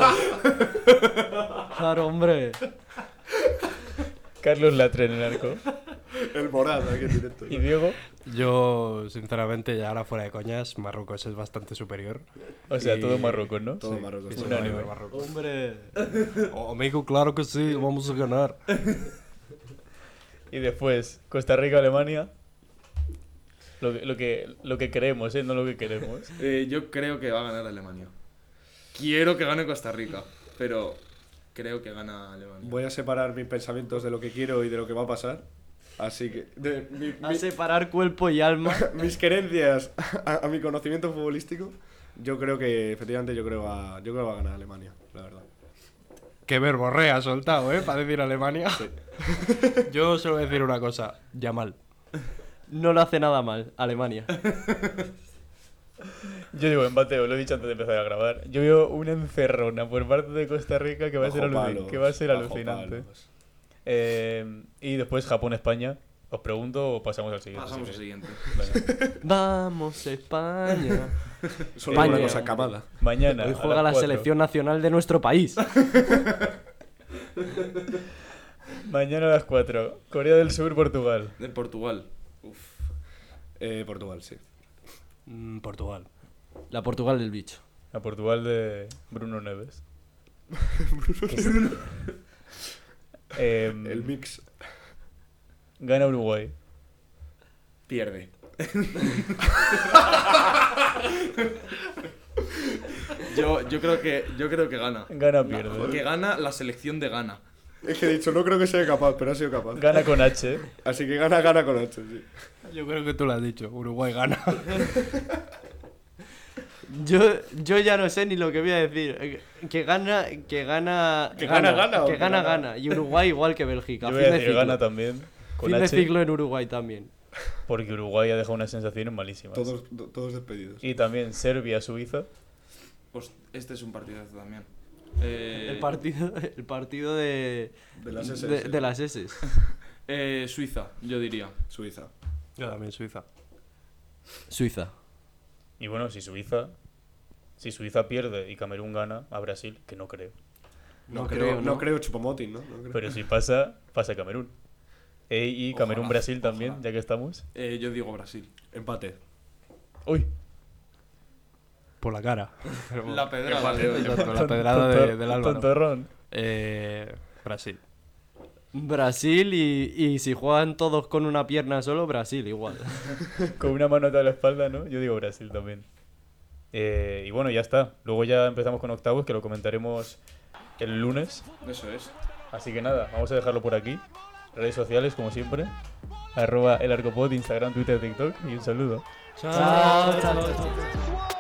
Speaker 6: Claro, hombre.
Speaker 3: Carlos Latre en el arco.
Speaker 7: El Morad, aquí en directo.
Speaker 3: Y Diego,
Speaker 5: Yo, sinceramente, ya ahora fuera de coñas, Marruecos es bastante superior.
Speaker 3: o sea,
Speaker 5: Y-
Speaker 3: todo Marruecos, ¿no?
Speaker 7: Todo Marruecos.
Speaker 5: Sí,
Speaker 7: todo
Speaker 3: Unánime.
Speaker 5: superior Marruecos.
Speaker 6: Hombre.
Speaker 5: Oh, amigo, claro que sí, vamos a ganar.
Speaker 3: Y después, Costa Rica-Alemania. Lo que, lo, que, lo que queremos, ¿eh? No lo que queremos.
Speaker 4: Eh, yo creo que va a ganar Alemania. Quiero que gane Costa Rica, pero creo que gana Alemania.
Speaker 7: Voy a separar mis pensamientos de lo que quiero y de lo que va a pasar. Así que. de mi-
Speaker 6: A
Speaker 7: mi-
Speaker 6: separar cuerpo y alma.
Speaker 7: mis querencias a, a mi conocimiento futbolístico. Yo creo que, efectivamente, yo creo, a, yo creo que va a ganar Alemania, la verdad.
Speaker 5: Qué verborrea ha soltado, ¿eh? Para decir Alemania. Yo solo voy a decir una cosa. Yamal.
Speaker 6: No lo hace nada mal, Alemania.
Speaker 3: Yo digo empate, os lo he dicho antes de empezar a grabar. Yo veo una encerrona por parte de Costa Rica que va a ser,
Speaker 7: Bajo
Speaker 3: alucin-
Speaker 7: palos,
Speaker 3: que va a ser
Speaker 7: bajo
Speaker 3: alucinante.
Speaker 7: palos.
Speaker 3: Eh, y después Japón-España. Os pregunto o pasamos al siguiente.
Speaker 4: Pasamos
Speaker 3: si
Speaker 4: al siguiente.
Speaker 3: queréis. Venga.
Speaker 6: Vamos, España.
Speaker 7: Solo
Speaker 6: España.
Speaker 7: una cosa, Camada.
Speaker 3: Mañana.
Speaker 6: Hoy
Speaker 3: a
Speaker 6: juega
Speaker 3: las
Speaker 6: la
Speaker 3: cuatro.
Speaker 6: selección nacional de nuestro país.
Speaker 3: Mañana a las cuatro. Corea del Sur, Portugal.
Speaker 4: De Portugal.
Speaker 7: Eh, Portugal, sí.
Speaker 5: Mm, Portugal.
Speaker 6: La Portugal del bicho.
Speaker 3: A Portugal de Bruno Neves. Em,
Speaker 7: El mix.
Speaker 3: Gana Uruguay.
Speaker 4: Pierde. yo, yo creo que yo creo que gana.
Speaker 3: Gana pierde.
Speaker 4: Que gana la selección de Ghana.
Speaker 7: Es que he dicho, no creo que sea capaz, pero ha sido capaz.
Speaker 3: Gana con H.
Speaker 7: Así que gana, gana con ocho, sí.
Speaker 5: Yo creo que tú lo has dicho. Uruguay gana.
Speaker 6: Yo, yo ya no sé ni lo que voy a decir. Eh, Que gana, que gana.
Speaker 7: Que gana, gana, o
Speaker 6: Que
Speaker 7: que
Speaker 6: gana,
Speaker 7: gana.
Speaker 6: gana. Y Uruguay igual que Bélgica.
Speaker 3: Yo
Speaker 6: Fin
Speaker 3: voy a
Speaker 6: de
Speaker 3: decir
Speaker 6: ciclo.
Speaker 3: gana también. Con
Speaker 6: Fin de
Speaker 3: H.
Speaker 6: ciclo en Uruguay también.
Speaker 3: Porque Uruguay ha dejado unas sensaciones malísimas.
Speaker 7: Todos, do- todos despedidos.
Speaker 3: Y también Serbia-Suiza.
Speaker 4: Pues este es un partidazo también. Eh,
Speaker 6: El partido, el partido de.
Speaker 7: De las S.
Speaker 6: de, de las S.
Speaker 4: eh, Suiza, yo diría.
Speaker 7: Suiza.
Speaker 5: Yo también, Suiza.
Speaker 6: Suiza.
Speaker 3: Y bueno, si Suiza. Si Suiza pierde y Camerún gana a Brasil, que no creo.
Speaker 7: No,
Speaker 6: No
Speaker 7: creo,
Speaker 6: creo,
Speaker 7: no
Speaker 6: ¿no?
Speaker 7: creo Choupo-Moting, ¿no? No creo.
Speaker 3: Pero si pasa, pasa Camerún. E- y
Speaker 4: Ojalá,
Speaker 3: Camerún-Brasil también,
Speaker 4: ojalá.
Speaker 3: ya que estamos.
Speaker 4: Eh, yo digo Brasil.
Speaker 7: Empate.
Speaker 3: Uy,
Speaker 5: Por la cara.
Speaker 4: La pedrada.
Speaker 7: Empate,
Speaker 5: Exacto, la
Speaker 3: ton-
Speaker 5: pedrada de-
Speaker 3: tontor-
Speaker 5: del Álvaro.
Speaker 3: tontorrón.
Speaker 5: Eh, Brasil.
Speaker 6: Brasil y, y si juegan todos con una pierna solo, Brasil igual.
Speaker 3: Con una mano a la espalda, ¿no? Yo digo Brasil también. Eh, y bueno, ya está. Luego ya empezamos con octavos, que lo comentaremos el lunes.
Speaker 4: Eso es.
Speaker 3: Así que nada, vamos a dejarlo por aquí. Redes sociales, como siempre. Arroba el Arcopod, Instagram, Twitter, TikTok. Y un saludo.
Speaker 6: Chao, chao, chao.
Speaker 2: This world.